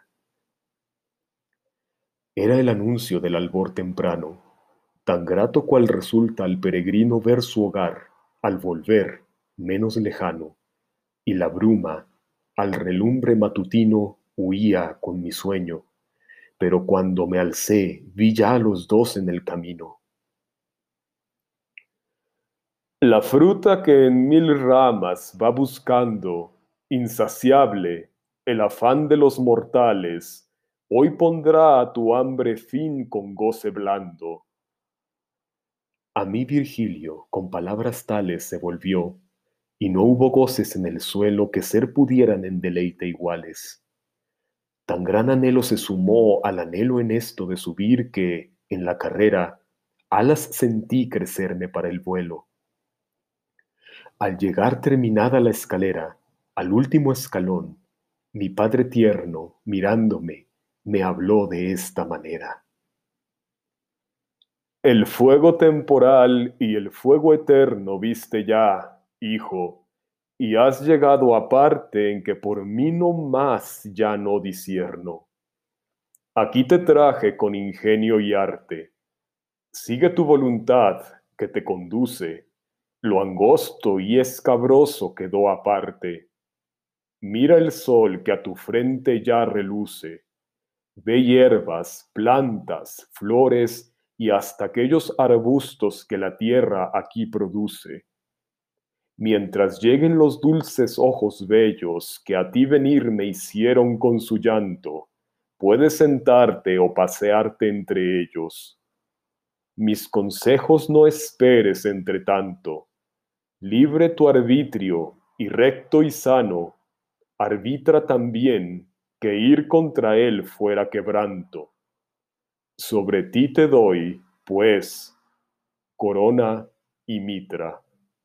Era el anuncio del albor temprano, tan grato cual resulta al peregrino ver su hogar, al volver, menos lejano, y la bruma, al relumbre matutino, huía con mi sueño, pero cuando me alcé vi ya a los dos en el camino. La fruta que en mil ramas va buscando, insaciable, el afán de los mortales, hoy pondrá a tu hambre fin con goce blando. A mí Virgilio con palabras tales se volvió, y no hubo goces en el suelo que ser pudieran en deleite iguales. Tan gran anhelo se sumó al anhelo en esto de subir que, en la carrera, alas sentí crecerme para el vuelo. Al llegar terminada la escalera, al último escalón, mi padre tierno, mirándome, me habló de esta manera. El fuego temporal y el fuego eterno viste ya, hijo, y has llegado a parte en que por mí no más ya no disierno. Aquí te traje con ingenio y arte. Sigue tu voluntad que te conduce. Lo angosto y escabroso quedó aparte. Mira el sol que a tu frente ya reluce. Ve hierbas, plantas, flores y hasta aquellos arbustos que la tierra aquí produce. Mientras lleguen los dulces ojos bellos que a ti venir me hicieron con su llanto, puedes sentarte o pasearte entre ellos. Mis consejos no esperes entre tanto. Libre tu arbitrio y recto y sano, arbitra también que ir contra él fuera quebranto. Sobre ti te doy, pues, corona y mitra.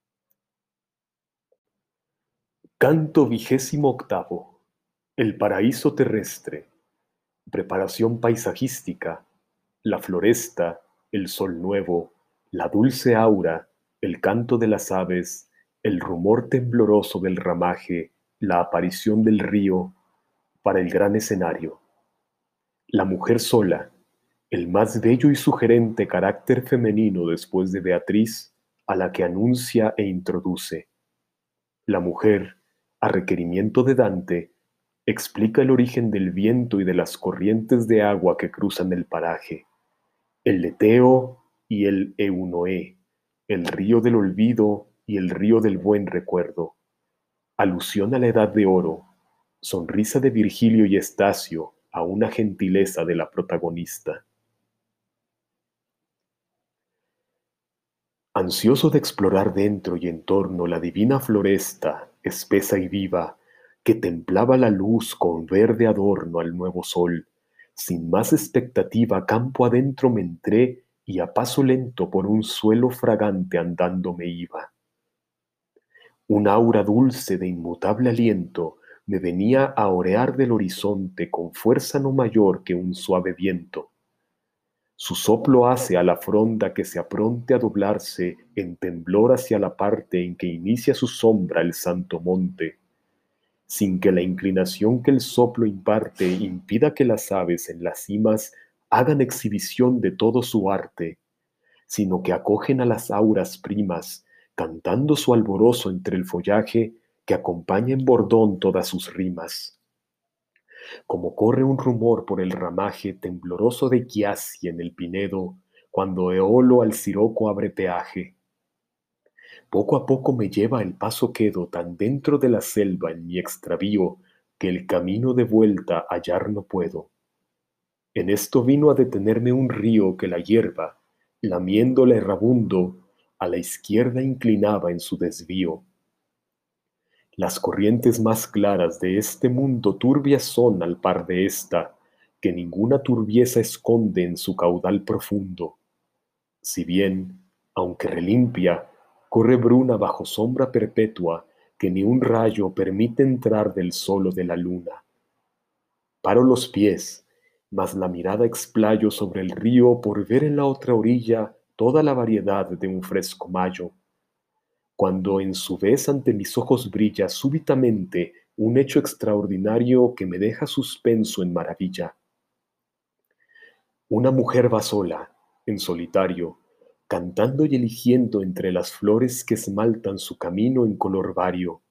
Canto 28. El paraíso terrestre. Preparación paisajística. La floresta, el sol nuevo, la dulce aura, el canto de las aves, el rumor tembloroso del ramaje, la aparición del río, para el gran escenario. La mujer sola, el más bello y sugerente carácter femenino después de Beatriz, a la que anuncia e introduce. La mujer, a requerimiento de Dante, explica el origen del viento y de las corrientes de agua que cruzan el paraje, el Leteo y el Eunoé, el río del olvido y el río del buen recuerdo, alusión a la edad de oro, sonrisa de Virgilio y Estacio a una gentileza de la protagonista. Ansioso de explorar dentro y en torno la divina floresta, espesa y viva, que templaba la luz con verde adorno al nuevo sol, sin más expectativa campo adentro me entré y a paso lento por un suelo fragante andando me iba. Un aura dulce de inmutable aliento me venía a orear del horizonte con fuerza no mayor que un suave viento. Su soplo hace a la fronda que se apronte a doblarse en temblor hacia la parte en que inicia su sombra el santo monte, sin que la inclinación que el soplo imparte impida que las aves en las cimas hagan exhibición de todo su arte, sino que acogen a las auras primas, cantando su alborozo entre el follaje que acompaña en bordón todas sus rimas. Como corre un rumor por el ramaje tembloroso de Chiasi en el pinedo, cuando Eolo al siroco abre peaje. Poco a poco me lleva el paso quedo tan dentro de la selva en mi extravío, que el camino de vuelta hallar no puedo. En esto vino a detenerme un río que la hierba, lamiéndola errabundo, a la izquierda inclinaba en su desvío. Las corrientes más claras de este mundo turbias son al par de esta, que ninguna turbieza esconde en su caudal profundo. Si bien, aunque relimpia, corre bruna bajo sombra perpetua, que ni un rayo permite entrar del sol o de la luna. Paro los pies, mas la mirada explayo sobre el río por ver en la otra orilla toda la variedad de un fresco mayo, cuando en su vez ante mis ojos brilla súbitamente un hecho extraordinario que me deja suspenso en maravilla. Una mujer va sola, en solitario, cantando y eligiendo entre las flores que esmaltan su camino en color vario.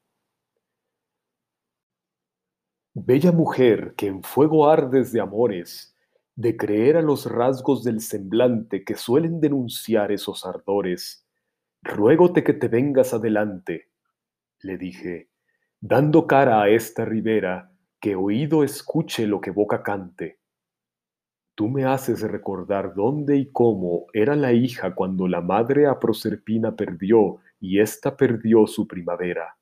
Bella mujer que en fuego ardes de amores, de creer a los rasgos del semblante que suelen denunciar esos ardores, ruégote que te vengas adelante, le dije, dando cara a esta ribera, que oído escuche lo que boca cante. Tú me haces recordar dónde y cómo era la hija cuando la madre a Proserpina perdió y ésta perdió su primavera.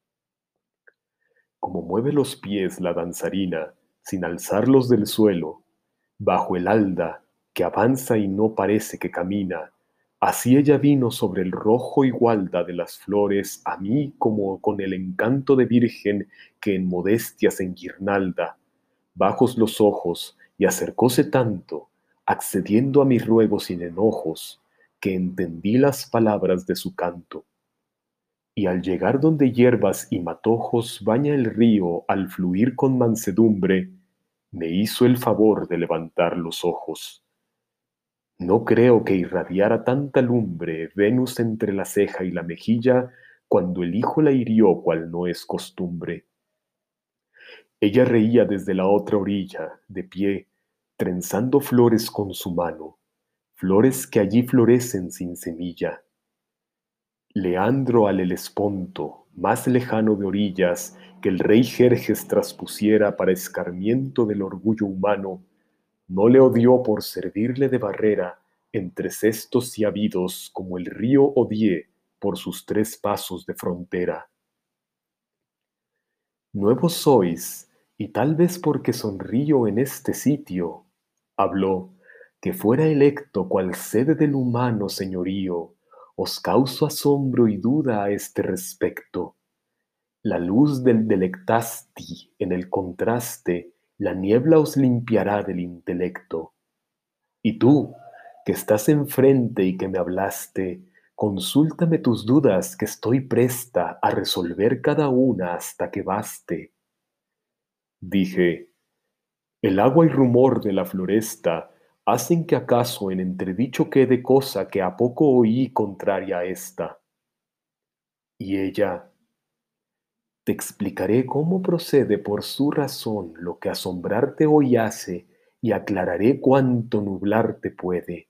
Como mueve los pies la danzarina, sin alzarlos del suelo, bajo el halda, que avanza y no parece que camina, así ella vino sobre el rojo igualda de las flores a mí como con el encanto de virgen que en modestia se enguirnalda, bajos los ojos, y acercóse tanto, accediendo a mi ruego sin enojos, que entendí las palabras de su canto. y al llegar donde hierbas y matojos baña el río al fluir con mansedumbre, me hizo el favor de levantar los ojos. No creo que irradiara tanta lumbre Venus entre la ceja y la mejilla cuando el hijo la hirió cual no es costumbre. Ella reía desde la otra orilla, de pie, trenzando flores con su mano, flores que allí florecen sin semilla. Leandro al Helesponto, más lejano de orillas que el rey Jerjes traspusiera para escarmiento del orgullo humano, no le odió por servirle de barrera entre cestos y habidos como el río odié por sus 3 pasos de frontera. Nuevos sois, y tal vez porque sonrío en este sitio, habló, que fuera electo cual sede del humano señorío, os causo asombro y duda a este respecto. La luz del delectasti en el contraste, la niebla os limpiará del intelecto. Y tú, que estás enfrente y que me hablaste, consúltame tus dudas que estoy presta a resolver cada una hasta que baste. Dije, el agua y rumor de la floresta hacen que acaso en entredicho quede cosa que a poco oí contraria a esta. Y ella, te explicaré cómo procede por su razón lo que asombrarte hoy hace y aclararé cuánto nublarte puede.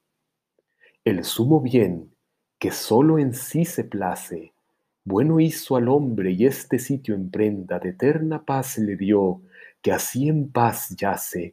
El sumo bien, que sólo en sí se place, bueno hizo al hombre y este sitio en prenda de eterna paz le dio, que así en paz yace.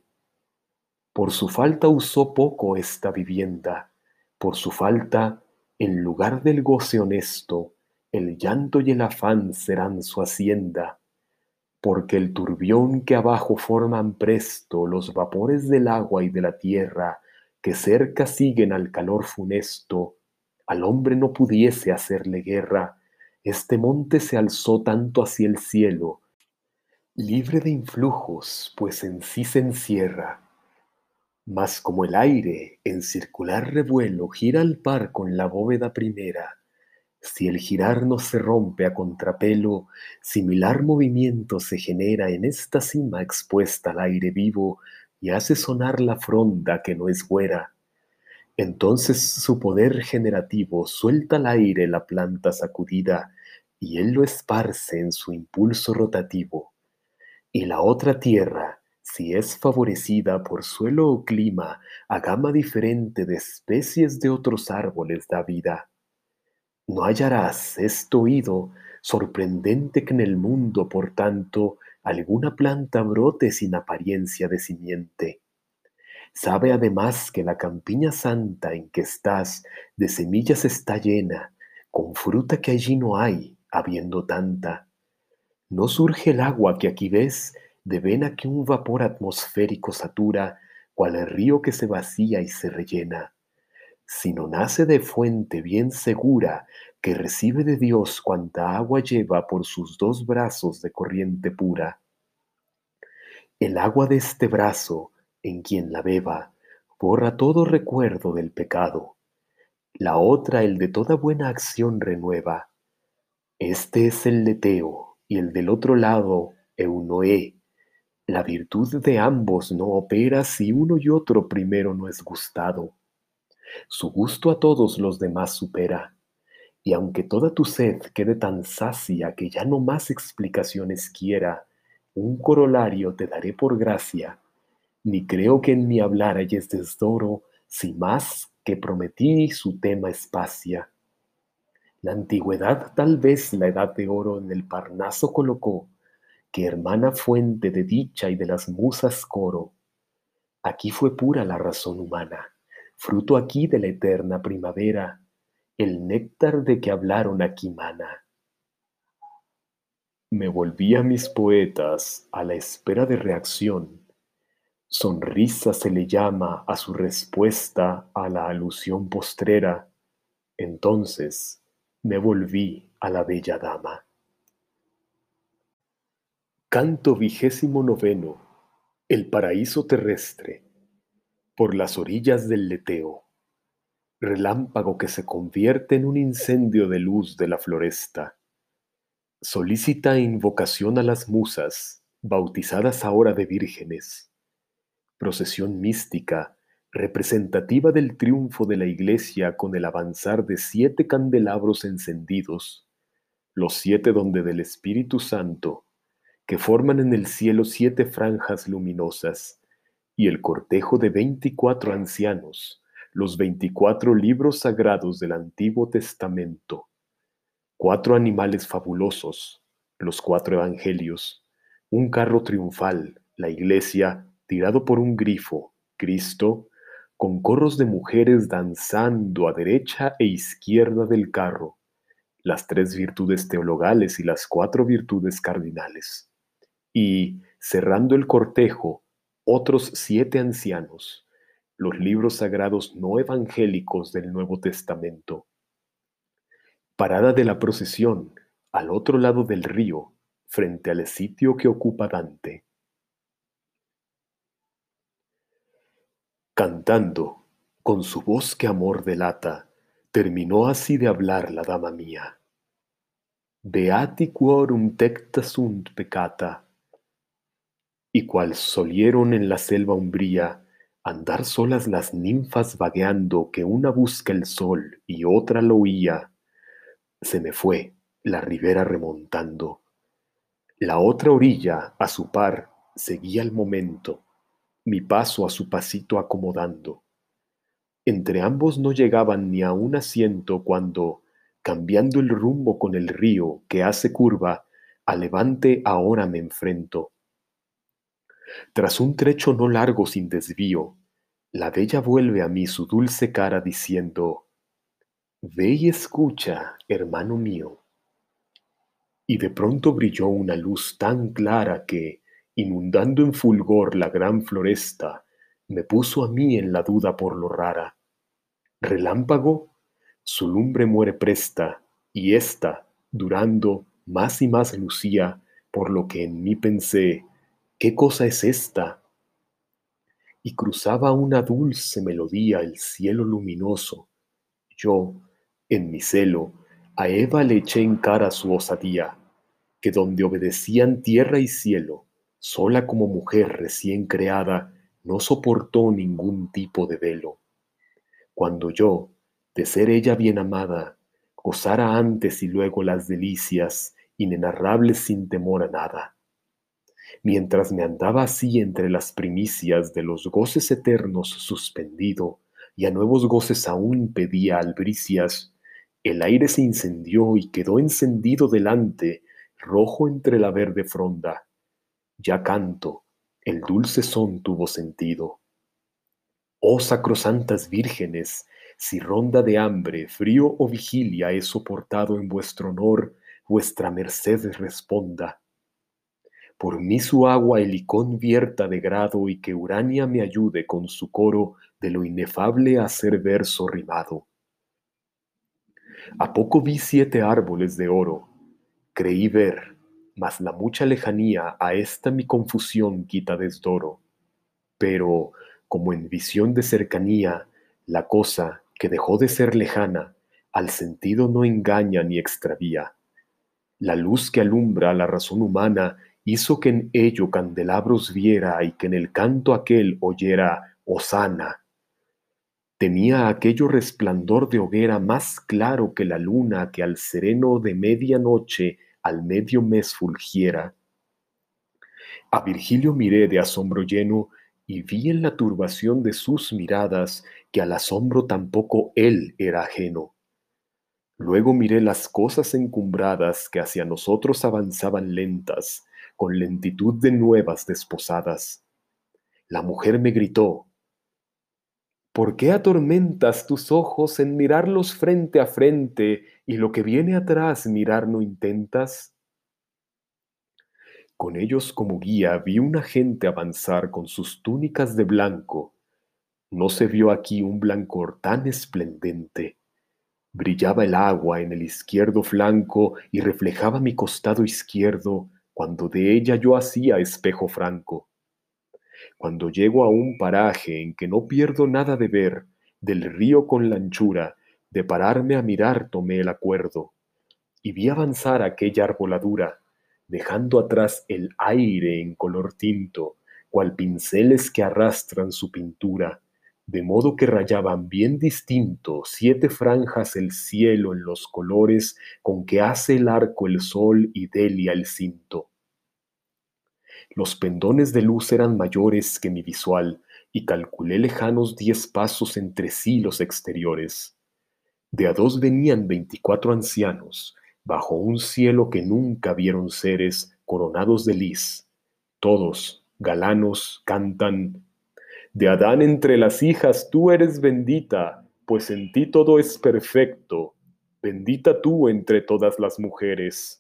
Por su falta usó poco esta vivienda, por su falta, en lugar del goce honesto, el llanto y el afán serán su hacienda, porque el turbión que abajo forman presto los vapores del agua y de la tierra, que cerca siguen al calor funesto, al hombre no pudiese hacerle guerra, este monte se alzó tanto hacia el cielo, libre de influjos, pues en sí se encierra. Mas como el aire en circular revuelo gira al par con la bóveda primera, si el girar no se rompe a contrapelo, similar movimiento se genera en esta cima expuesta al aire vivo y hace sonar la fronda que no es güera. Entonces su poder generativo suelta al aire la planta sacudida y él lo esparce en su impulso rotativo. Y la otra tierra, si es favorecida por suelo o clima, a gama diferente de especies de otros árboles da vida. No hallarás esto oído sorprendente que en el mundo, por tanto, alguna planta brote sin apariencia de simiente. Sabe además que la campiña santa en que estás de semillas está llena, con fruta que allí no hay, habiendo tanta. No surge el agua que aquí ves de vena que un vapor atmosférico satura, cual el río que se vacía y se rellena, sino nace de fuente bien segura que recibe de Dios cuanta agua lleva por sus 2 brazos de corriente pura. El agua de este brazo, en quien la beba, borra todo recuerdo del pecado. La otra el de toda buena acción renueva. Este es el leteo, y el del otro lado, eunoé. La virtud de ambos no opera si uno y otro primero no es gustado. Su gusto a todos los demás supera. Y aunque toda tu sed quede tan sacia que ya no más explicaciones quiera, un corolario te daré por gracia, ni creo que en mi hablar halles desdoro, si más que prometí su tema espacia. La antigüedad tal vez la edad de oro en el Parnaso colocó, que hermana fuente de dicha y de las musas coro. Aquí fue pura la razón humana, fruto aquí de la eterna primavera, el néctar de que hablaron aquí mana. Me volví a mis poetas a la espera de reacción. Sonrisa se le llama a su respuesta a la alusión postrera. Entonces me volví a la bella dama. Canto XXIX. El paraíso terrestre. Por las orillas del Leteo. Relámpago que se convierte en un incendio de luz de la floresta. Solícita invocación a las musas, bautizadas ahora de vírgenes. Procesión mística, representativa del triunfo de la Iglesia con el avanzar de 7 candelabros encendidos, los 7 donde del Espíritu Santo, que forman en el cielo 7 franjas luminosas, y el cortejo de 24 ancianos, los 24 libros sagrados del Antiguo Testamento, 4 animales fabulosos, los 4 evangelios, un carro triunfal, la iglesia, tirado por un grifo, Cristo, con corros de mujeres danzando a derecha e izquierda del carro, las 3 virtudes teologales y las 4 virtudes cardinales. Y, cerrando el cortejo, otros 7 ancianos, los libros sagrados no evangélicos del Nuevo Testamento. Parada de la procesión, al otro lado del río, frente al sitio que ocupa Dante. Cantando, con su voz que amor delata, terminó así de hablar la dama mía. Beati quorum tecta sunt peccata. Y cual solieron en la selva umbría andar solas las ninfas vagueando que una busca el sol y otra lo oía, se me fue la ribera remontando. La otra orilla, a su par, seguía el momento, mi paso a su pasito acomodando. Entre ambos no llegaban ni a un asiento cuando, cambiando el rumbo con el río que hace curva, a levante ahora me enfrento. Tras un trecho no largo sin desvío, la bella vuelve a mí su dulce cara diciendo, «Ve y escucha, hermano mío». Y de pronto brilló una luz tan clara que, inundando en fulgor la gran floresta, me puso a mí en la duda por lo rara. ¿Relámpago? Su lumbre muere presta, y ésta, durando, más y más lucía, por lo que en mí pensé, ¿qué cosa es esta? Y cruzaba una dulce melodía el cielo luminoso. Yo, en mi celo, a Eva le eché en cara su osadía, que donde obedecían tierra y cielo, sola como mujer recién creada, no soportó ningún tipo de velo. Cuando yo, de ser ella bien amada, gozara antes y luego las delicias inenarrables sin temor a nada. Mientras me andaba así entre las primicias de los goces eternos suspendido, y a nuevos goces aún pedía albricias, el aire se incendió y quedó encendido delante, rojo entre la verde fronda. Ya canto, el dulce son tuvo sentido. Oh sacrosantas vírgenes, si ronda de hambre, frío o vigilia he soportado en vuestro honor, vuestra merced responda. Por mí su agua Helicón vierta de grado y que Urania me ayude con su coro de lo inefable a hacer verso rimado. A poco vi 7 árboles de oro, creí ver, mas la mucha lejanía a esta mi confusión quita desdoro. Pero, como en visión de cercanía, la cosa, que dejó de ser lejana, al sentido no engaña ni extravía. La luz que alumbra a la razón humana hizo que en ello candelabros viera y que en el canto aquel oyera hosana. Tenía aquello resplandor de hoguera más claro que la luna que al sereno de media noche al medio mes fulgiera. A Virgilio miré de asombro lleno y vi en la turbación de sus miradas que al asombro tampoco él era ajeno. Luego miré las cosas encumbradas que hacia nosotros avanzaban lentas, con lentitud de nuevas desposadas. La mujer me gritó, ¿por qué atormentas tus ojos en mirarlos frente a frente y lo que viene atrás mirar no intentas? Con ellos como guía vi una gente avanzar con sus túnicas de blanco. No se vio aquí un blancor tan esplendente. Brillaba el agua en el izquierdo flanco y reflejaba mi costado izquierdo cuando de ella yo hacía espejo franco. Cuando llego a un paraje en que no pierdo nada de ver, del río con la anchura, de pararme a mirar tomé el acuerdo. y vi avanzar aquella arboladura, dejando atrás el aire en color tinto, cual pinceles que arrastran su pintura, de modo que rayaban bien distinto 7 franjas el cielo en los colores con que hace el arco el sol y delia el cinto. Los pendones de luz eran mayores que mi visual, y calculé lejanos 10 pasos entre sí los exteriores. De a dos venían 24 ancianos, bajo un cielo que nunca vieron seres coronados de lis. Todos, galanos, cantan: de Adán entre las hijas tú eres bendita, pues en ti todo es perfecto. Bendita tú entre todas las mujeres.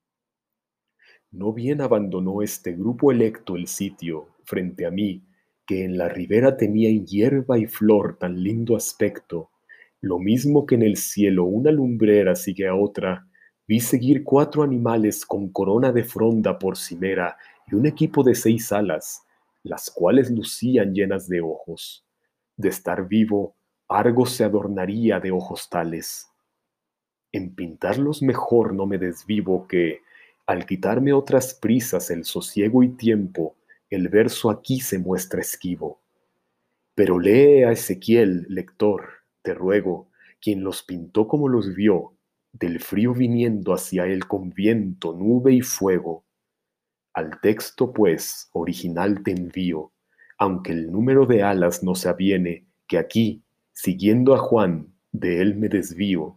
No bien abandonó este grupo electo el sitio, frente a mí, que en la ribera tenía en hierba y flor tan lindo aspecto, lo mismo que en el cielo una lumbrera sigue a otra, vi seguir 4 animales con corona de fronda por cimera y un equipo de 6 alas, las cuales lucían llenas de ojos. De estar vivo, Argos se adornaría de ojos tales. En pintarlos mejor no me desvivo que, al quitarme otras prisas el sosiego y tiempo, el verso aquí se muestra esquivo. Pero lee a Ezequiel, lector, te ruego, quien los pintó como los vio, del frío viniendo hacia él con viento, nube y fuego. Al texto, pues, original te envío, aunque el número de alas no se aviene, que aquí, siguiendo a Juan, de él me desvío.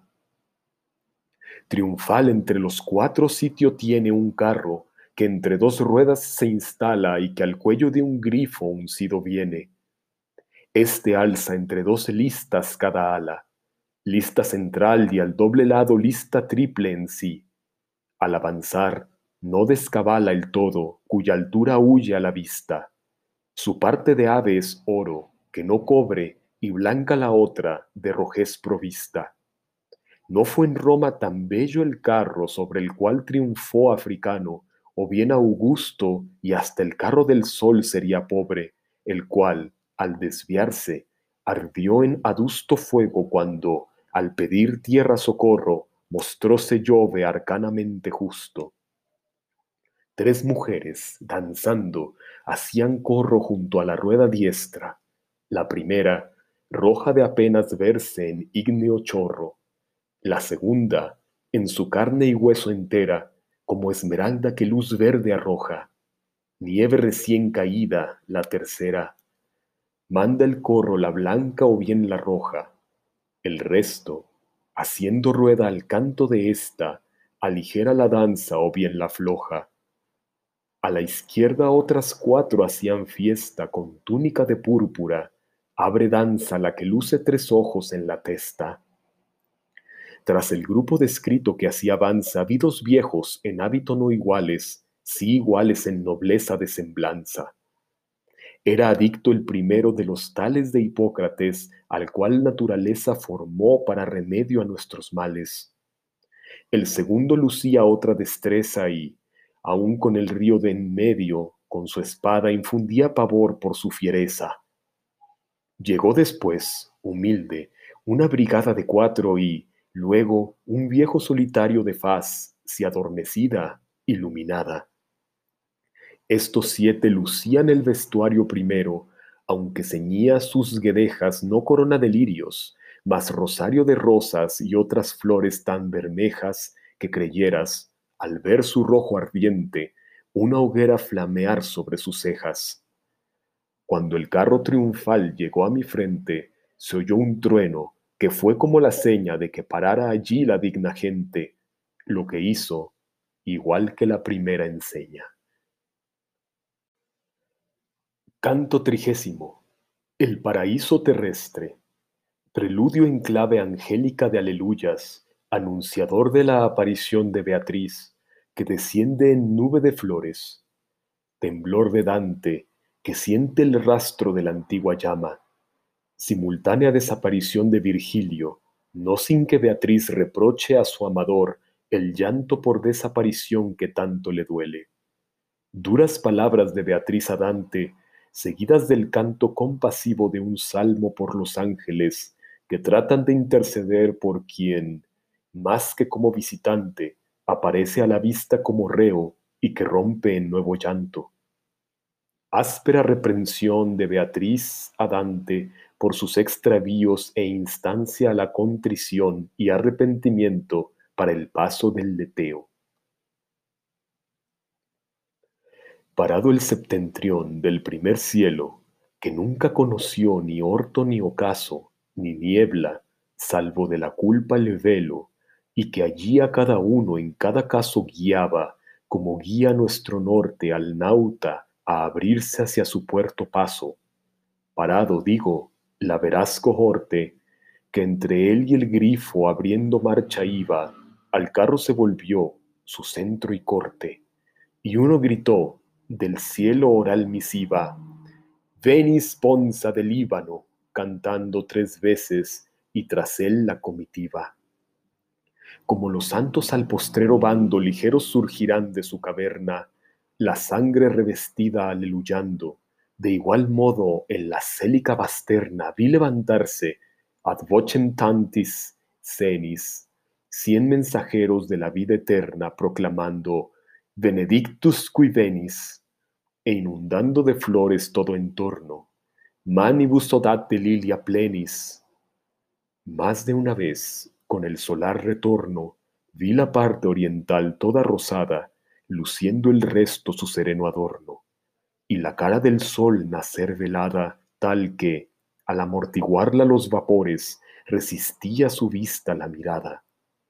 Triunfal entre los 4 sitio tiene un carro, que entre 2 ruedas se instala y que al cuello de un grifo uncido viene. Este alza entre 2 listas cada ala, lista central y al doble lado lista triple en sí. Al avanzar, no descabala el todo, cuya altura huye a la vista. Su parte de ave es oro, que no cobre, y blanca la otra, de rojez provista. ¿No fue en Roma tan bello el carro sobre el cual triunfó Africano, o bien Augusto, y hasta el carro del sol sería pobre, el cual, al desviarse, ardió en adusto fuego cuando, al pedir tierra socorro, mostróse Jove arcanamente justo? 3 mujeres, danzando, hacían corro junto a la rueda diestra. La primera, roja de apenas verse en ígneo chorro; la segunda, en su carne y hueso entera, como esmeralda que luz verde arroja; nieve recién caída, la tercera. Manda el corro la blanca o bien la roja; el resto, haciendo rueda al canto de ésta, aligera la danza o bien la floja. A la izquierda otras 4 hacían fiesta con túnica de púrpura, abre danza la que luce 3 ojos en la testa. Tras el grupo descrito que así avanza, vi 2 viejos en hábito no iguales, sí iguales en nobleza de semblanza. Era adicto el primero de los tales de Hipócrates, al cual naturaleza formó para remedio a nuestros males. El segundo lucía otra destreza y, aun con el río de en medio, con su espada infundía pavor por su fiereza. Llegó después, humilde, una brigada de 4 y, luego, un viejo solitario de faz, si adormecida, iluminada. Estos 7 lucían el vestuario primero, aunque ceñía sus guedejas no corona de lirios, mas rosario de rosas y otras flores tan bermejas que creyeras, al ver su rojo ardiente, una hoguera flamear sobre sus cejas. Cuando el carro triunfal llegó a mi frente, se oyó un trueno que fue como la seña de que parara allí la digna gente, lo que hizo, igual que la primera enseña. Canto trigésimo. El paraíso terrestre. Preludio en clave angélica de aleluyas, anunciador de la aparición de Beatriz, que desciende en nube de flores. Temblor de Dante, que siente el rastro de la antigua llama. Simultánea desaparición de Virgilio, no sin que Beatriz reproche a su amador el llanto por desaparición que tanto le duele. Duras palabras de Beatriz a Dante, seguidas del canto compasivo de un salmo por los ángeles que tratan de interceder por quien, más que como visitante, aparece a la vista como reo y que rompe en nuevo llanto. Áspera reprensión de Beatriz a Dante por sus extravíos e instancia a la contrición y arrepentimiento para el paso del leteo. Parado el septentrión del primer cielo, que nunca conoció ni orto ni ocaso, ni niebla, salvo de la culpa el velo, y que allí a cada uno en cada caso guiaba, como guía nuestro norte al nauta a abrirse hacia su puerto paso. Parado, digo, la veraz cohorte, que entre él y el grifo abriendo marcha iba, al carro se volvió su centro y corte, y uno gritó del cielo oral misiva, Venis Ponza del Líbano, cantando 3 veces, y tras él la comitiva. Como los santos al postrero bando ligeros surgirán de su caverna, la sangre revestida aleluyando, de igual modo en la célica basterna vi levantarse ad vocem tantis cenis, 100 mensajeros de la vida eterna proclamando Benedictus qui venis, e inundando de flores todo en torno, manibus odate lilia plenis. Más de una vez, con el solar retorno, vi la parte oriental toda rosada, luciendo el resto su sereno adorno, y la cara del sol nacer velada, tal que, al amortiguarla los vapores, resistía su vista la mirada.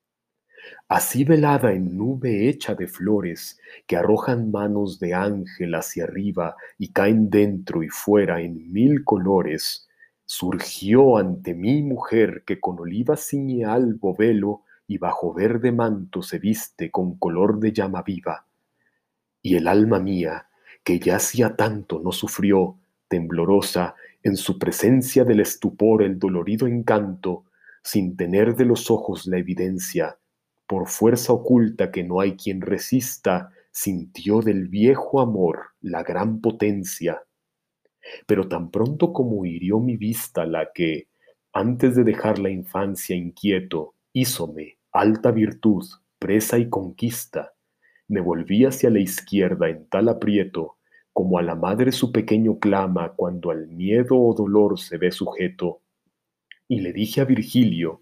Así velada en nube hecha de flores que arrojan manos de ángel hacia arriba y caen dentro y fuera en 1000 colores, surgió ante mí mujer que con oliva ciñe albo velo y bajo verde manto se viste con color de llama viva. Y el alma mía, que ya hacía tanto no sufrió, temblorosa, en su presencia del estupor el dolorido encanto, sin tener de los ojos la evidencia, por fuerza oculta que no hay quien resista, sintió del viejo amor la gran potencia. Pero tan pronto como hirió mi vista la que, antes de dejar la infancia inquieto, hízome, alta virtud, presa y conquista, me volví hacia la izquierda en tal aprieto, como a la madre su pequeño clama cuando al miedo o dolor se ve sujeto, y le dije a Virgilio,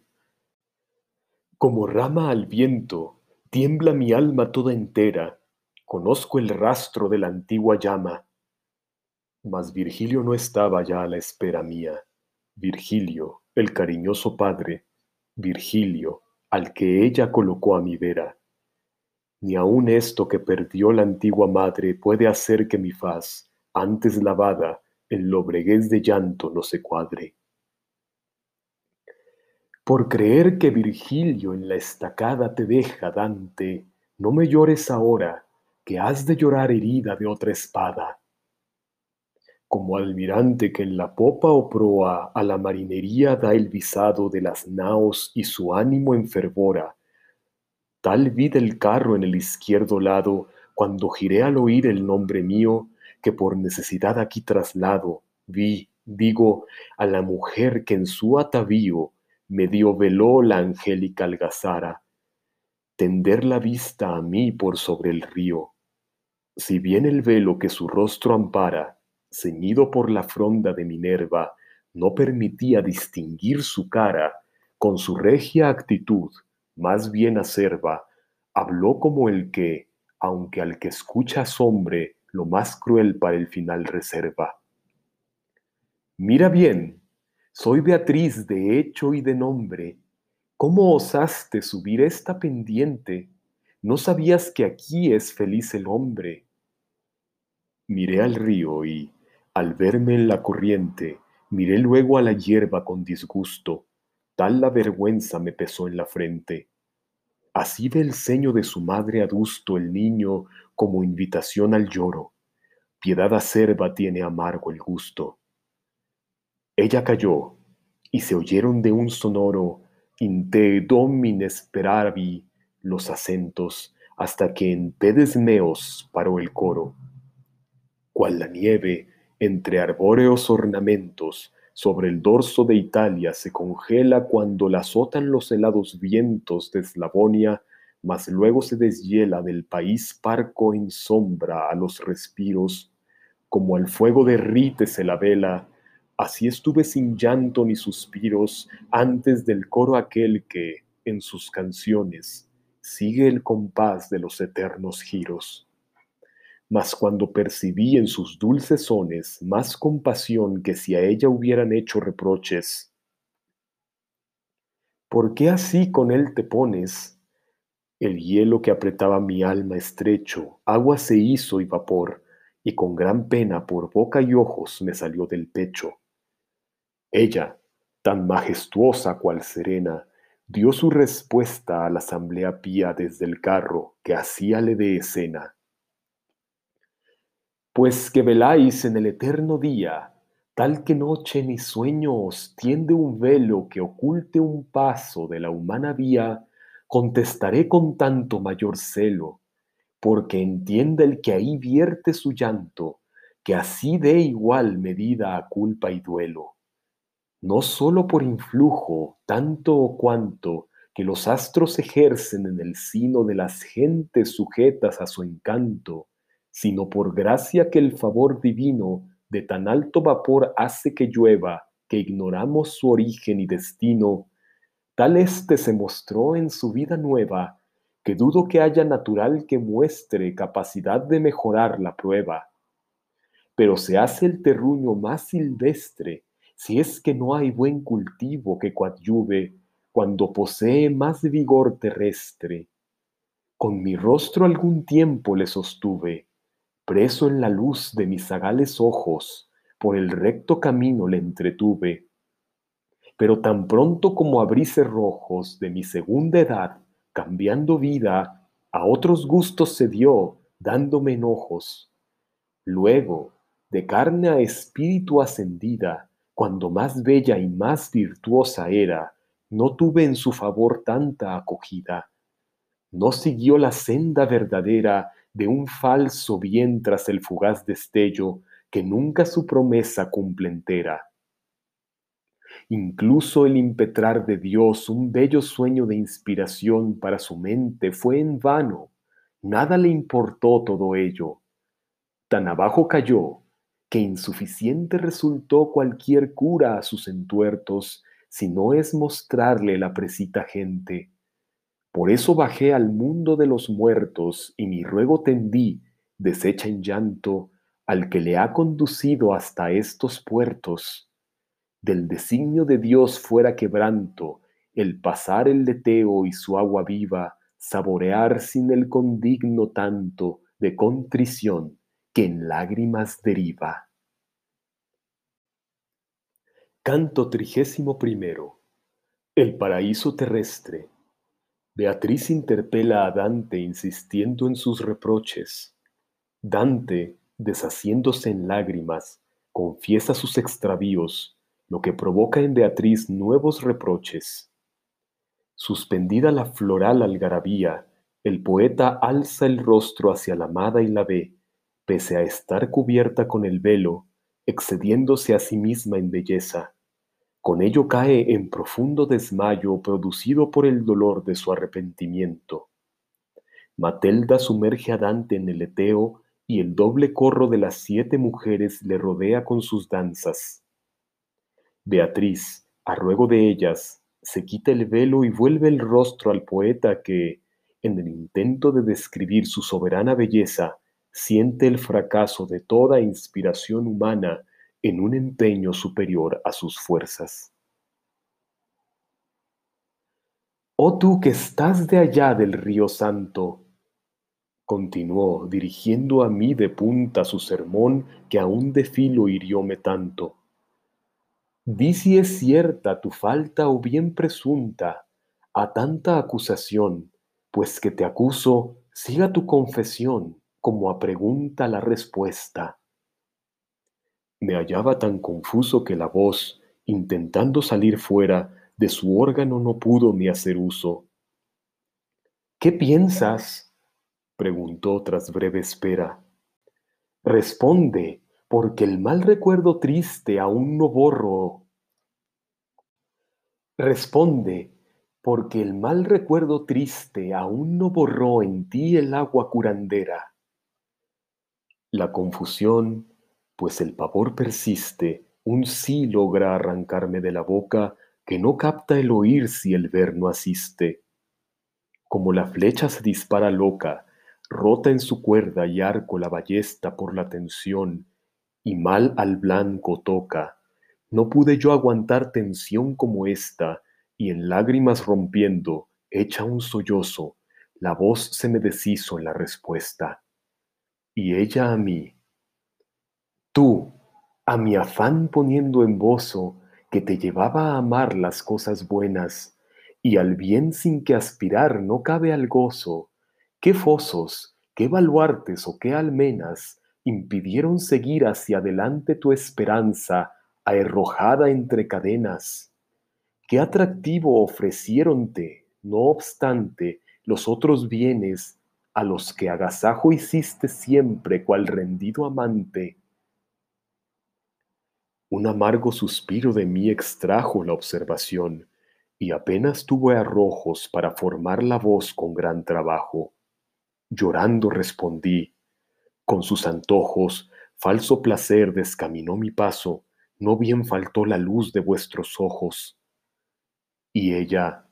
como rama al viento, tiembla mi alma toda entera, conozco el rastro de la antigua llama. Mas Virgilio no estaba ya a la espera mía. Virgilio, el cariñoso padre, Virgilio, al que ella colocó a mi vera. Ni aun esto que perdió la antigua madre puede hacer que mi faz, antes lavada, en lobreguez de llanto no se cuadre. Por creer que Virgilio en la estacada te deja, Dante, no me llores ahora, que has de llorar herida de otra espada. Como almirante que en la popa o proa a la marinería da el visado de las naos y su ánimo enfervora, tal vi del carro en el izquierdo lado, cuando giré al oír el nombre mío, que por necesidad aquí traslado, vi, digo, a la mujer que en su atavío medio veló la angélica algazara, tender la vista a mí por sobre el río. Si bien el velo que su rostro ampara, ceñido por la fronda de Minerva, no permitía distinguir su cara, con su regia actitud, más bien acerba, habló como el que, aunque al que escucha asombre, lo más cruel para el final reserva. Mira bien, soy Beatriz de hecho y de nombre. ¿Cómo osaste subir esta pendiente? ¿No sabías que aquí es feliz el hombre? Miré al río y, al verme en la corriente, miré luego a la hierba con disgusto, tal la vergüenza me pesó en la frente. Así ve el ceño de su madre adusto el niño como invitación al lloro. Piedad acerba tiene amargo el gusto. Ella calló, y se oyeron de un sonoro in te domine speravi los acentos, hasta que en pedes meos paró el coro. Cual la nieve entre arbóreos ornamentos, sobre el dorso de Italia se congela cuando la azotan los helados vientos de Eslavonia, mas luego se deshiela del país parco en sombra a los respiros, como al fuego derrítese la vela, así estuve sin llanto ni suspiros antes del coro aquel que, en sus canciones, sigue el compás de los eternos giros. Mas cuando percibí en sus dulces sones más compasión que si a ella hubieran hecho reproches, ¿por qué así con él te pones? El hielo que apretaba mi alma estrecho, agua se hizo y vapor, y con gran pena por boca y ojos me salió del pecho. Ella, tan majestuosa cual serena, dio su respuesta a la asamblea pía desde el carro que hacíale de escena. Pues que veláis en el eterno día, tal que noche ni sueño os tiende un velo que oculte un paso de la humana vía, contestaré con tanto mayor celo, porque entienda el que ahí vierte su llanto, que así dé igual medida a culpa y duelo. No sólo por influjo, tanto o cuanto, que los astros ejercen en el sino de las gentes sujetas a su encanto, sino por gracia que el favor divino de tan alto vapor hace que llueva, que ignoramos su origen y destino, tal éste se mostró en su vida nueva, que dudo que haya natural que muestre capacidad de mejorar la prueba. Pero se hace el terruño más silvestre, si es que no hay buen cultivo que coadyuve, cuando posee más vigor terrestre. Con mi rostro algún tiempo le sostuve, preso en la luz de mis zagales ojos, por el recto camino le entretuve. Pero tan pronto como abrí cerrojos de mi segunda edad, cambiando vida, a otros gustos se dio, dándome enojos. Luego, de carne a espíritu ascendida, cuando más bella y más virtuosa era, no tuve en su favor tanta acogida. No siguió la senda verdadera de un falso bien tras el fugaz destello que nunca su promesa cumple entera. Incluso el impetrar de Dios un bello sueño de inspiración para su mente fue en vano. Nada le importó todo ello. Tan abajo cayó, que insuficiente resultó cualquier cura a sus entuertos, si no es mostrarle la precita gente. Por eso bajé al mundo de los muertos y mi ruego tendí, deshecha en llanto, al que le ha conducido hasta estos puertos. Del designio de Dios fuera quebranto, el pasar el leteo y su agua viva, saborear sin el condigno tanto de contrición que en lágrimas deriva. Canto 31. El paraíso terrestre. Beatriz interpela a Dante insistiendo en sus reproches. Dante, deshaciéndose en lágrimas, confiesa sus extravíos, lo que provoca en Beatriz nuevos reproches. Suspendida la floral algarabía, el poeta alza el rostro hacia la amada y la ve, pese a estar cubierta con el velo, excediéndose a sí misma en belleza. Con ello cae en profundo desmayo producido por el dolor de su arrepentimiento. Matelda sumerge a Dante en el Eteo y el doble corro de las 7 mujeres le rodea con sus danzas. Beatriz, a ruego de ellas, se quita el velo y vuelve el rostro al poeta que, en el intento de describir su soberana belleza, siente el fracaso de toda inspiración humana en un empeño superior a sus fuerzas. Oh tú que estás de allá del río Santo, continuó, dirigiendo a mí de punta su sermón que aún de filo hirióme tanto. Di si es cierta tu falta o bien presunta a tanta acusación, pues que te acuso, siga tu confesión, como a pregunta la respuesta. Me hallaba tan confuso que la voz, intentando salir fuera, de su órgano no pudo ni hacer uso. ¿Qué piensas? Preguntó tras breve espera. Responde, porque el mal recuerdo triste aún no borro. Responde, porque el mal recuerdo triste aún no borró en ti el agua curandera. La confusión, pues el pavor persiste, un sí logra arrancarme de la boca que no capta el oír si el ver no asiste. Como la flecha se dispara loca, rota en su cuerda y arco la ballesta por la tensión, y mal al blanco toca. No pude yo aguantar tensión como esta, y en lágrimas rompiendo, hecha un sollozo, la voz se me deshizo en la respuesta. Y ella a mí, tú, a mi afán poniendo embozo, que te llevaba a amar las cosas buenas, y al bien sin que aspirar no cabe al gozo, ¿qué fosos, qué baluartes o qué almenas impidieron seguir hacia adelante tu esperanza, arrojada entre cadenas? ¿Qué atractivo ofreciéronte, no obstante, los otros bienes a los que agasajo hiciste siempre cual rendido amante? Un amargo suspiro de mí extrajo la observación, y apenas tuve arrojos para formar la voz con gran trabajo. Llorando respondí, con sus antojos, falso placer descaminó mi paso, no bien faltó la luz de vuestros ojos. Y ella,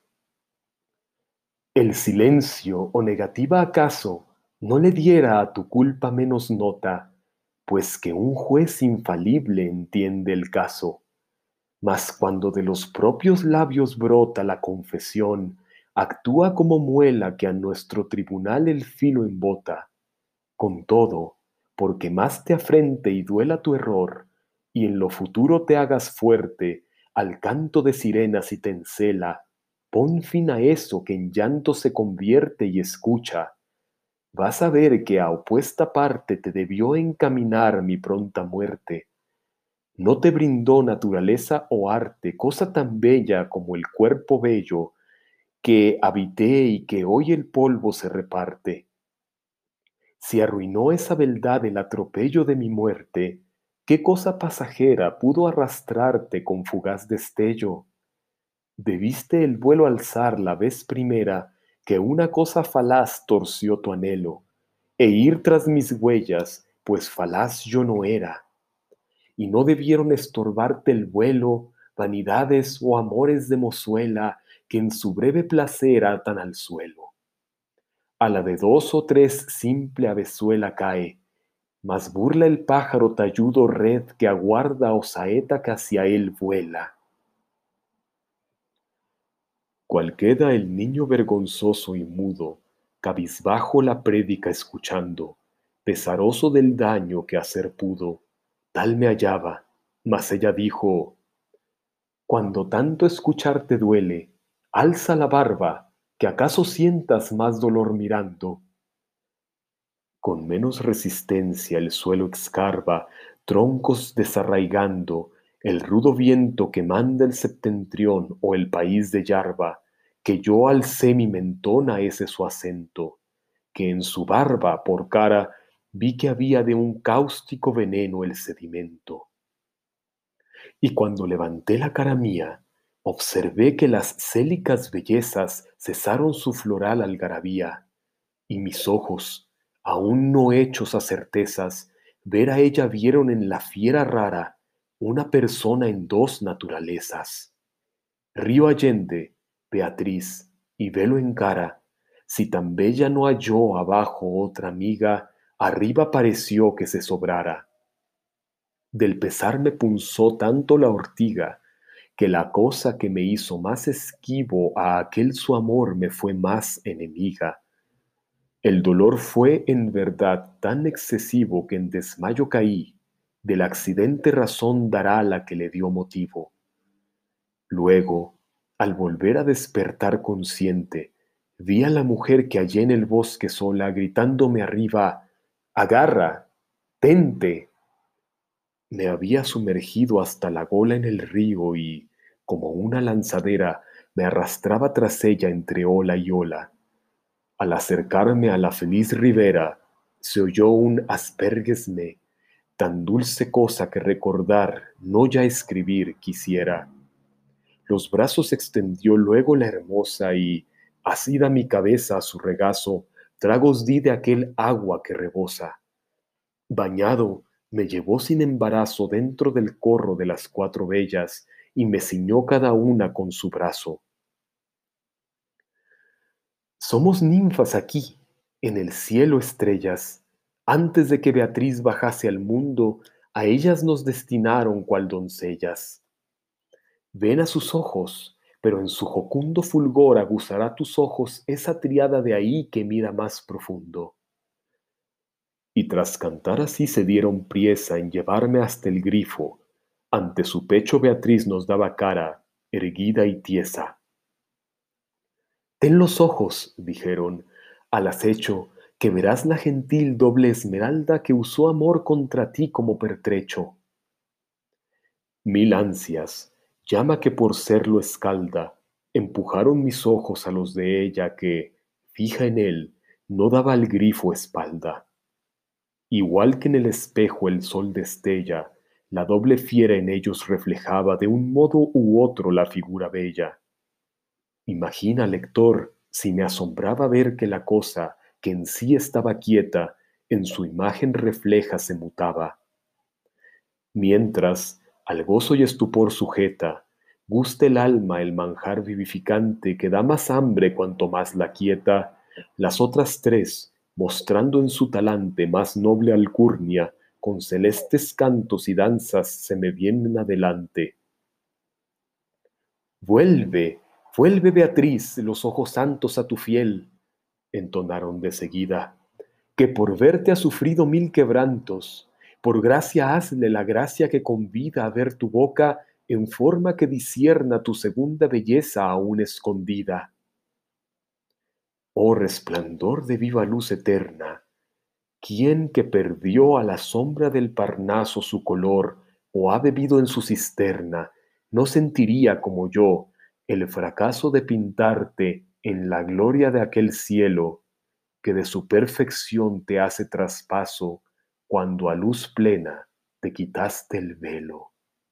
el silencio o negativa acaso no le diera a tu culpa menos nota, pues que un juez infalible entiende el caso. Mas cuando de los propios labios brota la confesión, actúa como muela que a nuestro tribunal el filo embota. Con todo, porque más te afrente y duela tu error, y en lo futuro te hagas fuerte al canto de sirenas y te encela, pon fin a eso que en llanto se convierte y escucha. Vas a ver que a opuesta parte te debió encaminar mi pronta muerte. No te brindó naturaleza o arte cosa tan bella como el cuerpo bello que habité y que hoy el polvo se reparte. Si arruinó esa beldad el atropello de mi muerte, ¿qué cosa pasajera pudo arrastrarte con fugaz destello? Debiste el vuelo alzar la vez primera que una cosa falaz torció tu anhelo, e ir tras mis huellas, pues falaz yo no era y no debieron estorbarte el vuelo, vanidades o amores de mozuela que en su breve placer atan al suelo. A la de dos o tres simple avezuela cae, mas burla el pájaro talludo red que aguarda o saeta que hacia él vuela. Cual queda el niño vergonzoso y mudo, cabizbajo la prédica escuchando, pesaroso del daño que hacer pudo, tal me hallaba, mas ella dijo, cuando tanto escucharte duele, alza la barba, que acaso sientas más dolor mirando. Con menos resistencia el suelo excarva, troncos desarraigando, el rudo viento que manda el septentrión o el país de Yarba, que yo alcé mi mentón a ese su acento, que en su barba por cara vi que había de un cáustico veneno el sedimento. Y cuando levanté la cara mía, observé que las célicas bellezas cesaron su floral algarabía, y mis ojos, aún no hechos a certezas, ver a ella vieron en la fiera rara una persona en dos naturalezas. Río Allende, Beatriz, y velo en cara, si tan bella no halló abajo otra amiga, arriba pareció que se sobrara. Del pesar me punzó tanto la ortiga, que la cosa que me hizo más esquivo a aquel su amor me fue más enemiga. El dolor fue en verdad tan excesivo que en desmayo caí, del accidente razón dará la que le dio motivo. Luego, al volver a despertar consciente, vi a la mujer que hallé en el bosque sola gritándome arriba, agarra, tente. Me había sumergido hasta la gola en el río y, como una lanzadera, me arrastraba tras ella entre ola y ola. Al acercarme a la feliz ribera, se oyó un aspergesme, tan dulce cosa que recordar, no ya escribir quisiera. Los brazos extendió luego la hermosa y, asida mi cabeza a su regazo, tragos di de aquel agua que rebosa. Bañado, me llevó sin embarazo dentro del corro de las cuatro bellas y me ciñó cada una con su brazo. Somos ninfas aquí, en el cielo estrellas. Antes de que Beatriz bajase al mundo, a ellas nos destinaron cual doncellas. Ven a sus ojos, pero en su jocundo fulgor aguzará tus ojos esa triada de ahí que mira más profundo. Y tras cantar así se dieron priesa en llevarme hasta el grifo. Ante su pecho Beatriz nos daba cara, erguida y tiesa. Ten los ojos, dijeron, al acecho, que verás la gentil doble esmeralda que usó amor contra ti como pertrecho. Mil ansias, llama que por serlo escalda, empujaron mis ojos a los de ella que, fija en él, no daba al grifo espalda. Igual que en el espejo el sol destella, la doble fiera en ellos reflejaba de un modo u otro la figura bella. Imagina, lector, si me asombraba ver que la cosa, que en sí estaba quieta, en su imagen refleja se mutaba. Mientras, al gozo y estupor sujeta, gusta el alma el manjar vivificante que da más hambre cuanto más la quieta, las otras tres, mostrando en su talante más noble alcurnia, con celestes cantos y danzas se me vienen adelante. Vuelve, vuelve Beatriz, los ojos santos a tu fiel, entonaron de seguida, que por verte ha sufrido mil quebrantos. Por gracia hazle la gracia que convida a ver tu boca en forma que disierna tu segunda belleza aún escondida. Oh resplandor de viva luz eterna, ¿quién que perdió a la sombra del Parnaso su color o ha bebido en su cisterna, no sentiría como yo el fracaso de pintarte en la gloria de aquel cielo que de su perfección te hace traspaso cuando a luz plena te quitaste el velo?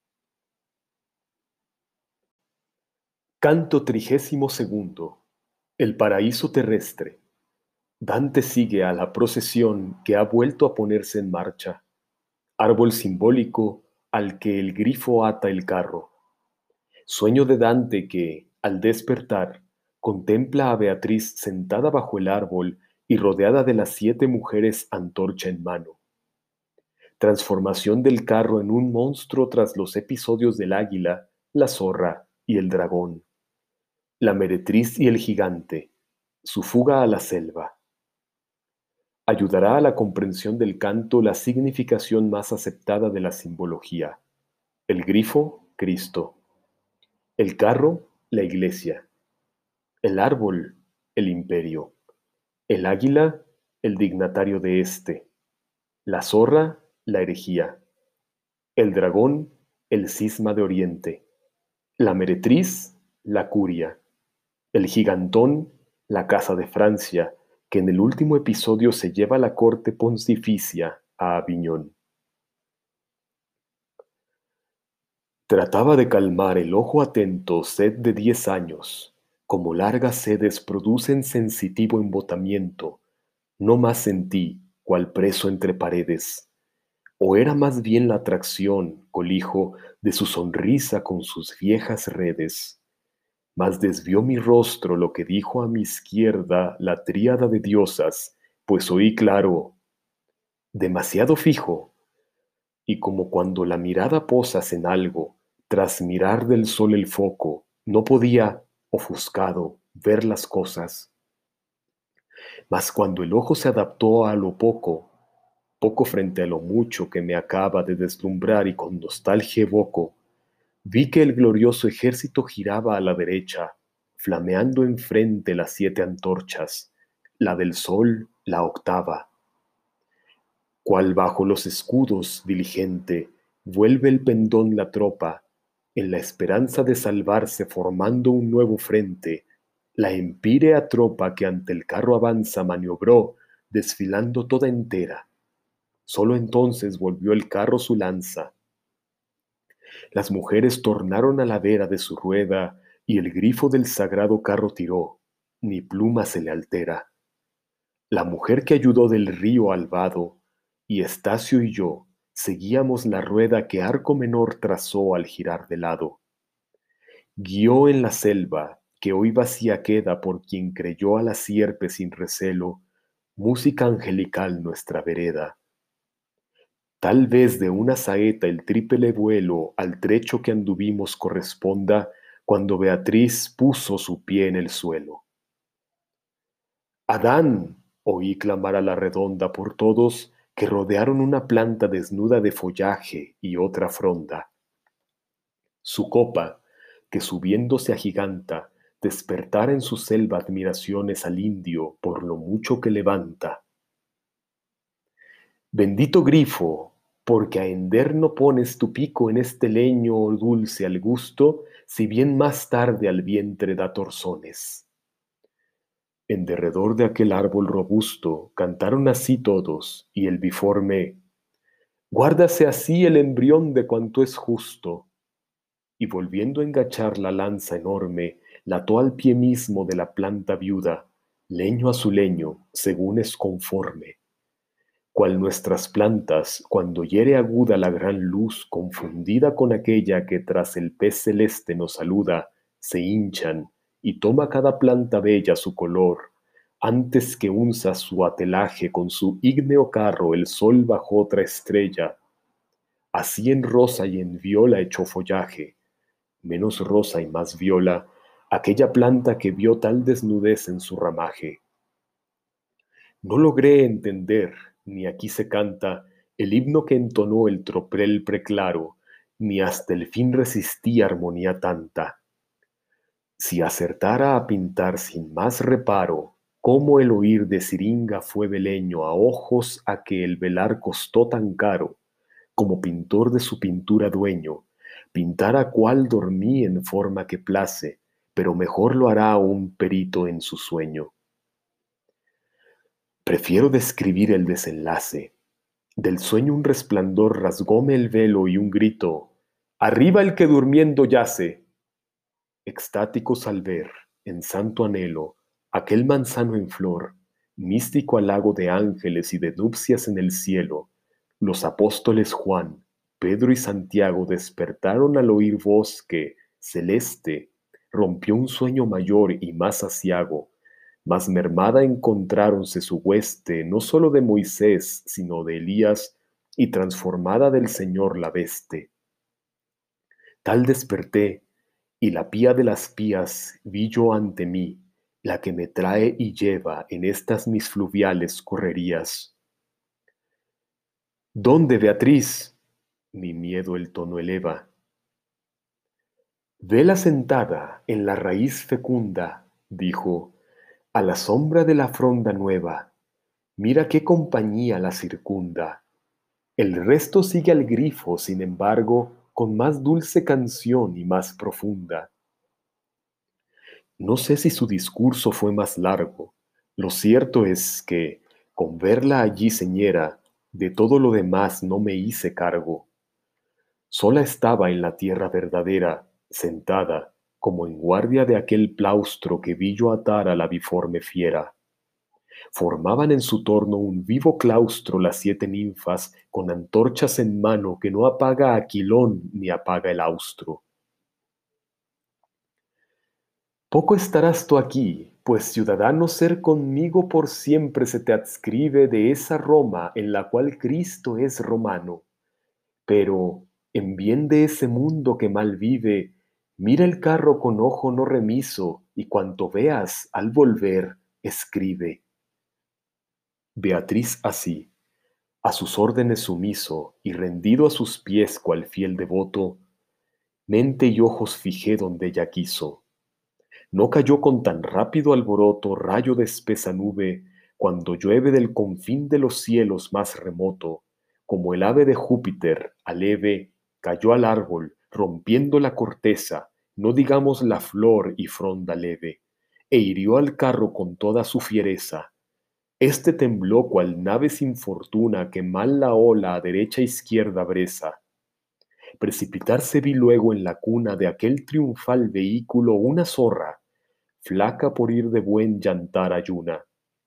Canto 32. El paraíso terrestre. Dante sigue a la procesión que ha vuelto a ponerse en marcha, árbol simbólico al que el grifo ata el carro. Sueño de Dante que, al despertar, contempla a Beatriz sentada bajo el árbol y rodeada de las 7 mujeres antorcha en mano. Transformación del carro en un monstruo tras los episodios del águila, la zorra y el dragón. La meretriz y el gigante. Su fuga a la selva. Ayudará a la comprensión del canto la significación más aceptada de la simbología. El grifo, Cristo. El carro, la iglesia. El árbol, el imperio. El águila, el dignatario de éste. La zorra, la herejía. El dragón, el cisma de Oriente. La meretriz, la curia. El gigantón, la casa de Francia, que en el último episodio se lleva la corte pontificia a Aviñón. Trataba de calmar el ojo atento sed de 10 años, como largas sedes producen sensitivo embotamiento, no más sentí, cual preso entre paredes, o era más bien la atracción, colijo, de su sonrisa con sus viejas redes. Mas desvió mi rostro lo que dijo a mi izquierda la tríada de diosas, pues oí claro, demasiado fijo, y como cuando la mirada posas en algo, tras mirar del sol el foco, no podía, ofuscado, ver las cosas. Mas cuando el ojo se adaptó a lo poco, poco frente a lo mucho que me acaba de deslumbrar y con nostalgia evoco, vi que el glorioso ejército giraba a la derecha, flameando enfrente las 7 antorchas, la del sol, la octava. Cual bajo los escudos, diligente, vuelve el pendón la tropa, en la esperanza de salvarse formando un nuevo frente, la empírea tropa que ante el carro avanza maniobró, desfilando toda entera. Solo entonces volvió el carro su lanza. Las mujeres tornaron a la vera de su rueda, y el grifo del sagrado carro tiró, ni pluma se le altera. La mujer que ayudó del río al vado, y Estacio y yo, seguíamos la rueda que Arco Menor trazó al girar de lado. Guió en la selva, que hoy vacía queda por quien creyó a la sierpe sin recelo, música angelical nuestra vereda. Tal vez de una saeta el trípele vuelo al trecho que anduvimos corresponda cuando Beatriz puso su pie en el suelo. Adán, oí clamar a la redonda por todos que rodearon una planta desnuda de follaje y otra fronda. Su copa, que subiendo se agiganta, despertara en su selva admiraciones al indio por lo mucho que levanta. Bendito grifo, porque a hender no pones tu pico en este leño dulce al gusto, si bien más tarde al vientre da torzones. En derredor de aquel árbol robusto cantaron así todos, y el biforme, guárdase así el embrión de cuanto es justo. Y volviendo a engachar la lanza enorme, la ató al pie mismo de la planta viuda, leño a su leño, según es conforme. Cual nuestras plantas, cuando hiere aguda la gran luz, confundida con aquella que tras el pez celeste nos saluda, se hinchan, y toma cada planta bella su color, antes que unza su atelaje con su ígneo carro el sol bajo otra estrella, así en rosa y en viola echó follaje, menos rosa y más viola, aquella planta que vio tal desnudez en su ramaje. No logré entender, ni aquí se canta, el himno que entonó el tropel preclaro, ni hasta el fin resistí armonía tanta. Si acertara a pintar sin más reparo, cómo el oír de Siringa fue beleño a ojos a que el velar costó tan caro, como pintor de su pintura dueño, pintara cual dormí en forma que place, pero mejor lo hará un perito en su sueño. Prefiero describir el desenlace. Del sueño un resplandor rasgóme el velo y un grito, ¡arriba el que durmiendo yace! Extáticos al ver, en santo anhelo, aquel manzano en flor, místico halago de ángeles y de nupcias en el cielo, los apóstoles Juan, Pedro y Santiago despertaron al oír voz que, celeste, rompió un sueño mayor y más aciago, mas mermada encontráronse su hueste no sólo de Moisés, sino de Elías, y transformada del Señor la veste. Tal desperté, y la pía de las pías vi yo ante mí, la que me trae y lleva en estas mis fluviales correrías. ¿Dónde, Beatriz? Mi miedo el tono eleva. Vela sentada en la raíz fecunda, dijo, a la sombra de la fronda nueva. Mira qué compañía la circunda. El resto sigue al grifo, sin embargo, con más dulce canción y más profunda. No sé si su discurso fue más largo. Lo cierto es que, con verla allí señera, de todo lo demás no me hice cargo. Sola estaba en la tierra verdadera, sentada, como en guardia de aquel plaustro que vi yo atar a la biforme fiera. Formaban en su torno un vivo claustro las 7 ninfas con antorchas en mano que no apaga Aquilón ni apaga el austro. Poco estarás tú aquí, pues ciudadano ser conmigo por siempre se te adscribe de esa Roma en la cual Cristo es romano. Pero, en bien de ese mundo que mal vive, mira el carro con ojo no remiso y cuanto veas al volver, escribe. Beatriz así, a sus órdenes sumiso y rendido a sus pies cual fiel devoto, mente y ojos fijé donde ella quiso. No cayó con tan rápido alboroto rayo de espesa nube, cuando llueve del confín de los cielos más remoto, como el ave de Júpiter, aleve, cayó al árbol, rompiendo la corteza, no digamos la flor y fronda leve, e hirió al carro con toda su fiereza. Este tembló cual nave sin fortuna que mal la ola a derecha e izquierda breza. Precipitarse vi luego en la cuna de aquel triunfal vehículo una zorra, flaca por ir de buen llantar ayuna.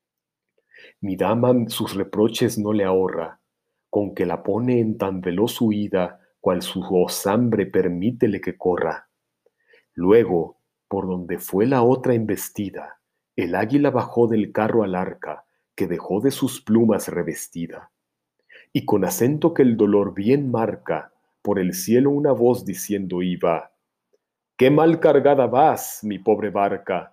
Mi dama sus reproches no le ahorra, con que la pone en tan veloz huida, cual su osambre permítele que corra. Luego, por donde fue la otra embestida, el águila bajó del carro al arca, que dejó de sus plumas revestida. Y con acento que el dolor bien marca, por el cielo una voz diciendo iba: «¡Qué mal cargada vas, mi pobre barca!».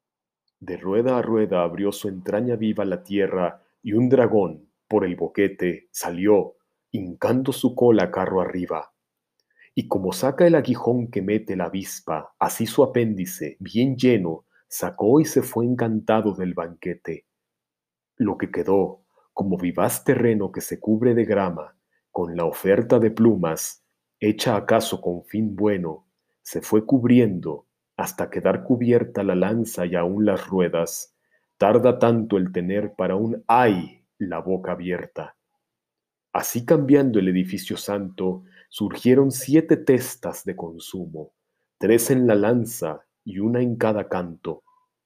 De rueda a rueda abrió su entraña viva la tierra, y un dragón, por el boquete, salió, hincando su cola carro arriba. Y como saca el aguijón que mete la avispa, así su apéndice, bien lleno, sacó y se fue encantado del banquete. Lo que quedó, como vivaz terreno que se cubre de grama, con la oferta de plumas, hecha acaso con fin bueno, se fue cubriendo hasta quedar cubierta la lanza y aún las ruedas. Tarda tanto el tener para un ay la boca abierta. Así cambiando el edificio santo, surgieron 7 testas de consumo, 3 en la lanza y una en cada canto.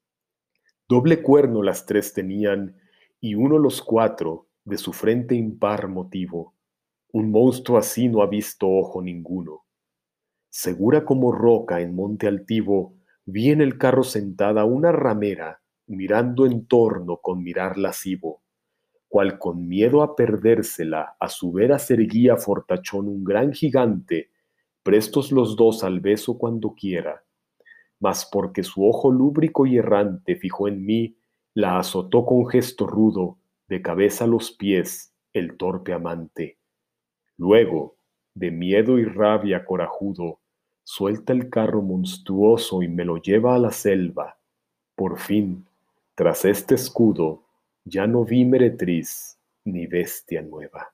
Doble cuerno las 3 tenían, y uno los 4, de su frente impar motivo. Un monstruo así no ha visto ojo ninguno. Segura como roca en monte altivo, vi en el carro sentada una ramera, mirando en torno con mirar lascivo, cual con miedo a perdérsela, a su vera se erguía fortachón un gran gigante, prestos los dos al beso cuando quiera. Mas porque su ojo lúbrico y errante fijó en mí, la azotó con gesto rudo, de cabeza a los pies, el torpe amante. Luego, de miedo y rabia corajudo, suelta el carro monstruoso y me lo lleva a la selva. Por fin, tras este escudo, ya no vi meretriz ni bestia nueva.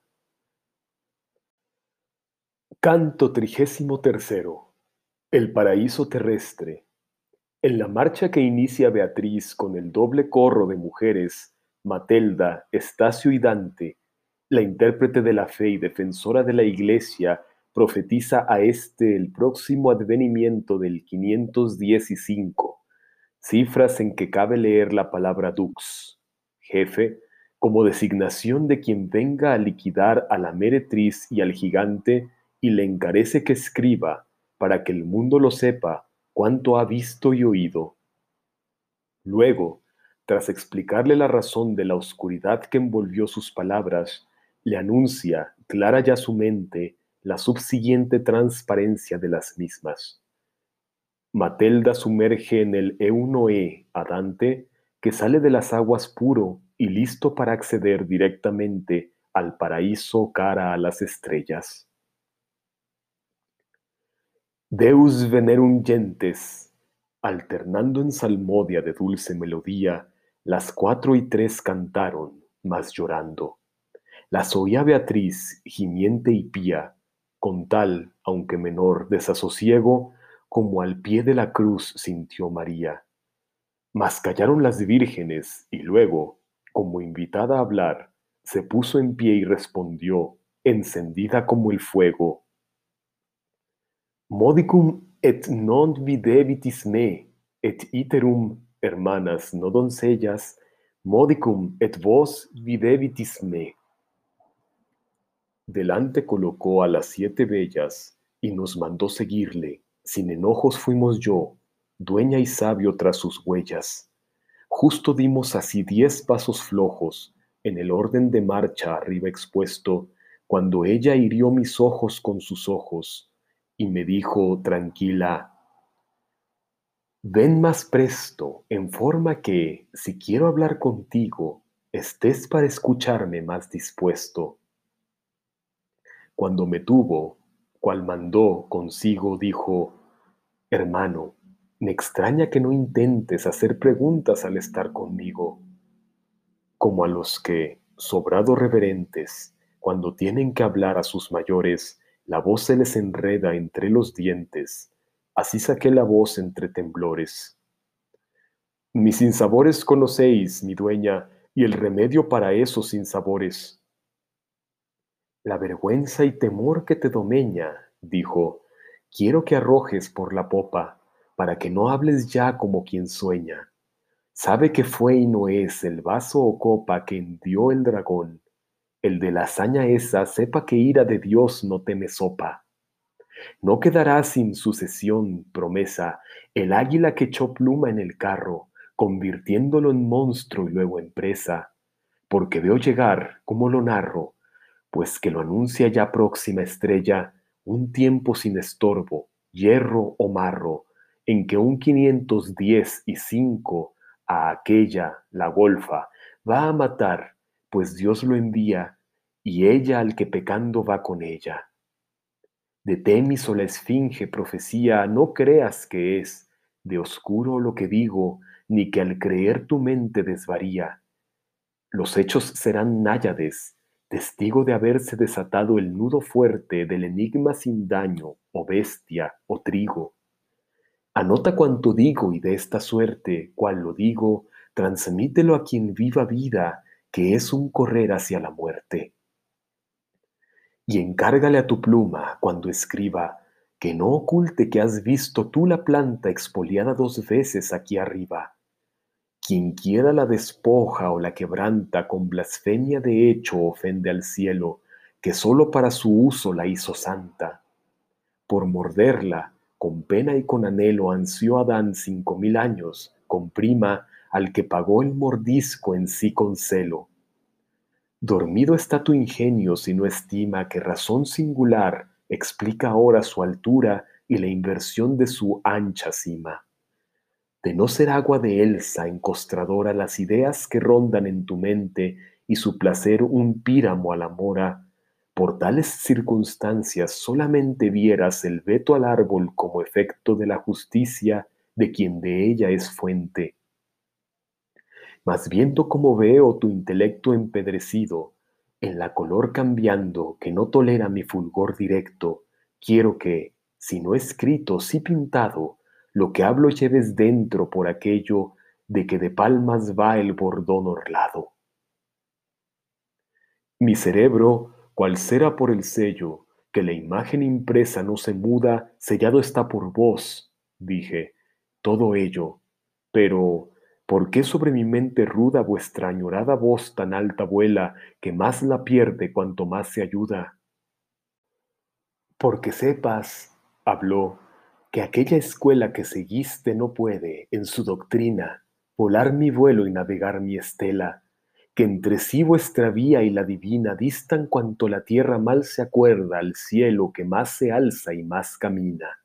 Canto 33. El paraíso terrestre. En la marcha que inicia Beatriz con el doble corro de mujeres, Matelda, Estacio y Dante, la intérprete de la fe y defensora de la Iglesia, profetiza a este el próximo advenimiento del 515, cifras en que cabe leer la palabra dux, jefe, como designación de quien venga a liquidar a la meretriz y al gigante, y le encarece que escriba, para que el mundo lo sepa, cuánto ha visto y oído. Luego, tras explicarle la razón de la oscuridad que envolvió sus palabras, le anuncia, clara ya su mente, la subsiguiente transparencia de las mismas. Matelda sumerge en el Eunoé a Dante, que sale de las aguas puro y listo para acceder directamente al paraíso cara a las estrellas. Deus venerum gentes, alternando en salmodia de dulce melodía, las 4 y 3 cantaron, mas llorando. Las oía Beatriz, gimiente y pía, con tal, aunque menor, desasosiego, como al pie de la cruz sintió María. Mas callaron las vírgenes, y luego, como invitada a hablar, se puso en pie y respondió, encendida como el fuego: Modicum et non videbitis me, et iterum, hermanas, no doncellas, modicum et vos videbitis me. Delante colocó a las 7 bellas, y nos mandó seguirle. Sin enojos fuimos yo, dueña y sabio tras sus huellas. Justo dimos así 10 pasos flojos, en el orden de marcha arriba expuesto, cuando ella hirió mis ojos con sus ojos, y me dijo tranquila: ven más presto, en forma que, si quiero hablar contigo, estés para escucharme más dispuesto. Cuando me tuvo, cual mandó consigo, dijo: hermano, me extraña que no intentes hacer preguntas al estar conmigo, como a los que, sobrado reverentes, cuando tienen que hablar a sus mayores, la voz se les enreda entre los dientes. Así saqué la voz entre temblores. Mis sinsabores conocéis, mi dueña, y el remedio para esos sinsabores. La vergüenza y temor que te domeña, dijo, quiero que arrojes por la popa, para que no hables ya como quien sueña. Sabe que fue y no es el vaso o copa que hendió el dragón. El de la hazaña esa sepa que ira de Dios no teme sopa. No quedará sin sucesión, promesa, el águila que echó pluma en el carro, convirtiéndolo en monstruo y luego en presa, porque veo llegar, como lo narro, pues que lo anuncia ya próxima estrella, un tiempo sin estorbo, hierro o marro, en que un 510 y 5 a aquella, la golfa, va a matar, pues Dios lo envía, y ella al que pecando va con ella. De Temis o la esfinge profecía no creas que es de oscuro lo que digo, ni que al creer tu mente desvaría. Los hechos serán náyades, testigo de haberse desatado el nudo fuerte del enigma sin daño, o bestia, o trigo. Anota cuanto digo y de esta suerte, cual lo digo, transmítelo a quien viva vida, que es un correr hacia la muerte. Y encárgale a tu pluma, cuando escriba, que no oculte que has visto tú la planta expoliada 2 veces aquí arriba. Quien quiera la despoja o la quebranta con blasfemia de hecho ofende al cielo, que sólo para su uso la hizo santa. Por morderla, con pena y con anhelo ansió Adán 5000 años, con prima al que pagó el mordisco en sí con celo. Dormido está tu ingenio si no estima que razón singular explica ahora su altura y la inversión de su ancha cima. De no ser agua de Elsa encostradora las ideas que rondan en tu mente y su placer un píramo a la mora, por tales circunstancias solamente vieras el veto al árbol como efecto de la justicia de quien de ella es fuente. Mas viendo como veo tu intelecto empedrecido, en la color cambiando que no tolera mi fulgor directo, quiero que, si no escrito, sí pintado, lo que hablo lleves dentro por aquello de que de palmas va el bordón orlado. Mi cerebro, cual cera por el sello, que la imagen impresa no se muda, sellado está por vos, dije, todo ello. Pero, ¿por qué sobre mi mente ruda vuestra añorada voz tan alta vuela, que más la pierde cuanto más se ayuda? Porque sepas, habló, que aquella escuela que seguiste no puede, en su doctrina, volar mi vuelo y navegar mi estela, que entre sí vuestra vía y la divina distan cuanto la tierra mal se acuerda al cielo que más se alza y más camina.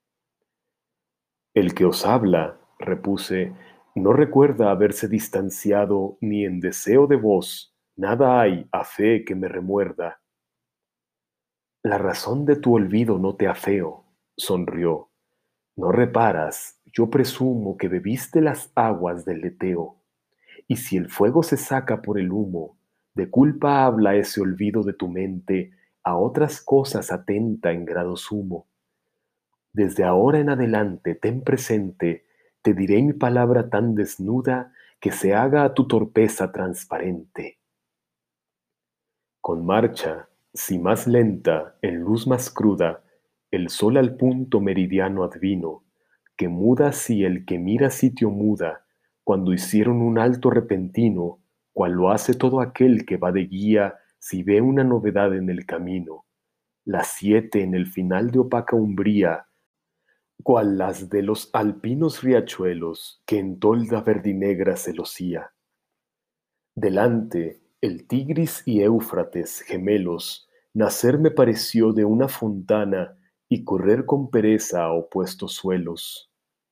El que os habla, repuse, no recuerda haberse distanciado ni en deseo de vos, nada hay, a fe, que me remuerda. La razón de tu olvido no te afeo, sonrió. No reparas, yo presumo que bebiste las aguas del leteo, y si el fuego se saca por el humo, de culpa habla ese olvido de tu mente, a otras cosas atenta en grado sumo. Desde ahora en adelante ten presente, te diré mi palabra tan desnuda que se haga a tu torpeza transparente. Con marcha, si más lenta, en luz más cruda, el sol al punto meridiano advino, que muda si el que mira sitio muda, cuando hicieron un alto repentino, cual lo hace todo aquel que va de guía si ve una novedad en el camino. Las 7 en el final de opaca umbría, cual las de los alpinos riachuelos que en tolda verdinegra se locía. Delante, el Tigris y Éufrates, gemelos, nacer me pareció de una fontana y correr con pereza a opuestos suelos.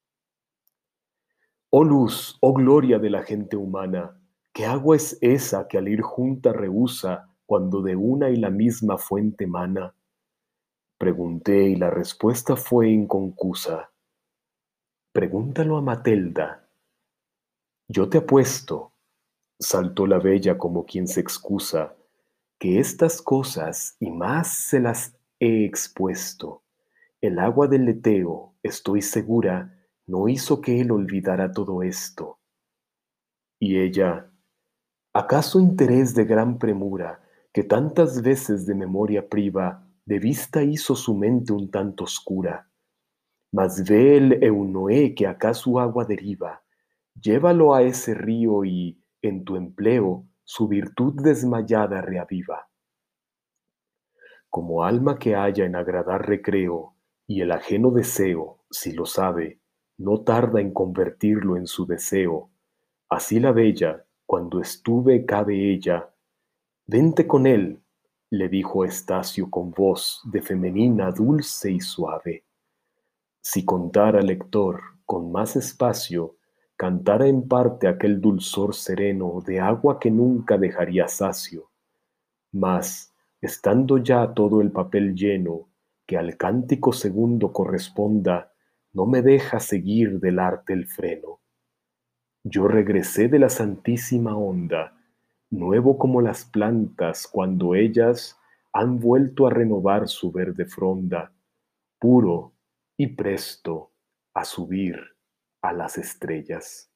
Oh luz, oh gloria de la gente humana, ¿qué agua es esa que al ir junta rehúsa cuando de una y la misma fuente mana? Pregunté y la respuesta fue inconcusa. Pregúntalo a Matelda. Yo te apuesto, saltó la bella como quien se excusa, que estas cosas y más se las he expuesto. El agua del leteo, estoy segura, no hizo que él olvidara todo esto. Y ella, ¿Acaso interés de gran premura, que tantas veces de memoria priva, de vista hizo su mente un tanto oscura? Mas ve el Eunoé que acá su agua deriva, llévalo a ese río y, en tu empleo, su virtud desmayada reaviva. Como alma que halla en agradar recreo, y el ajeno deseo, si lo sabe, no tarda en convertirlo en su deseo, así la bella, cuando estuve cabe ella, vente con él, le dijo Estacio con voz de femenina dulce y suave. Si contara lector con más espacio, cantara en parte aquel dulzor sereno de agua que nunca dejaría sacio, mas, estando ya todo el papel lleno, que al cántico segundo corresponda, no me deja seguir del arte el freno. Yo regresé de la santísima onda, nuevo como las plantas cuando ellas han vuelto a renovar su verde fronda, puro y presto a subir a las estrellas.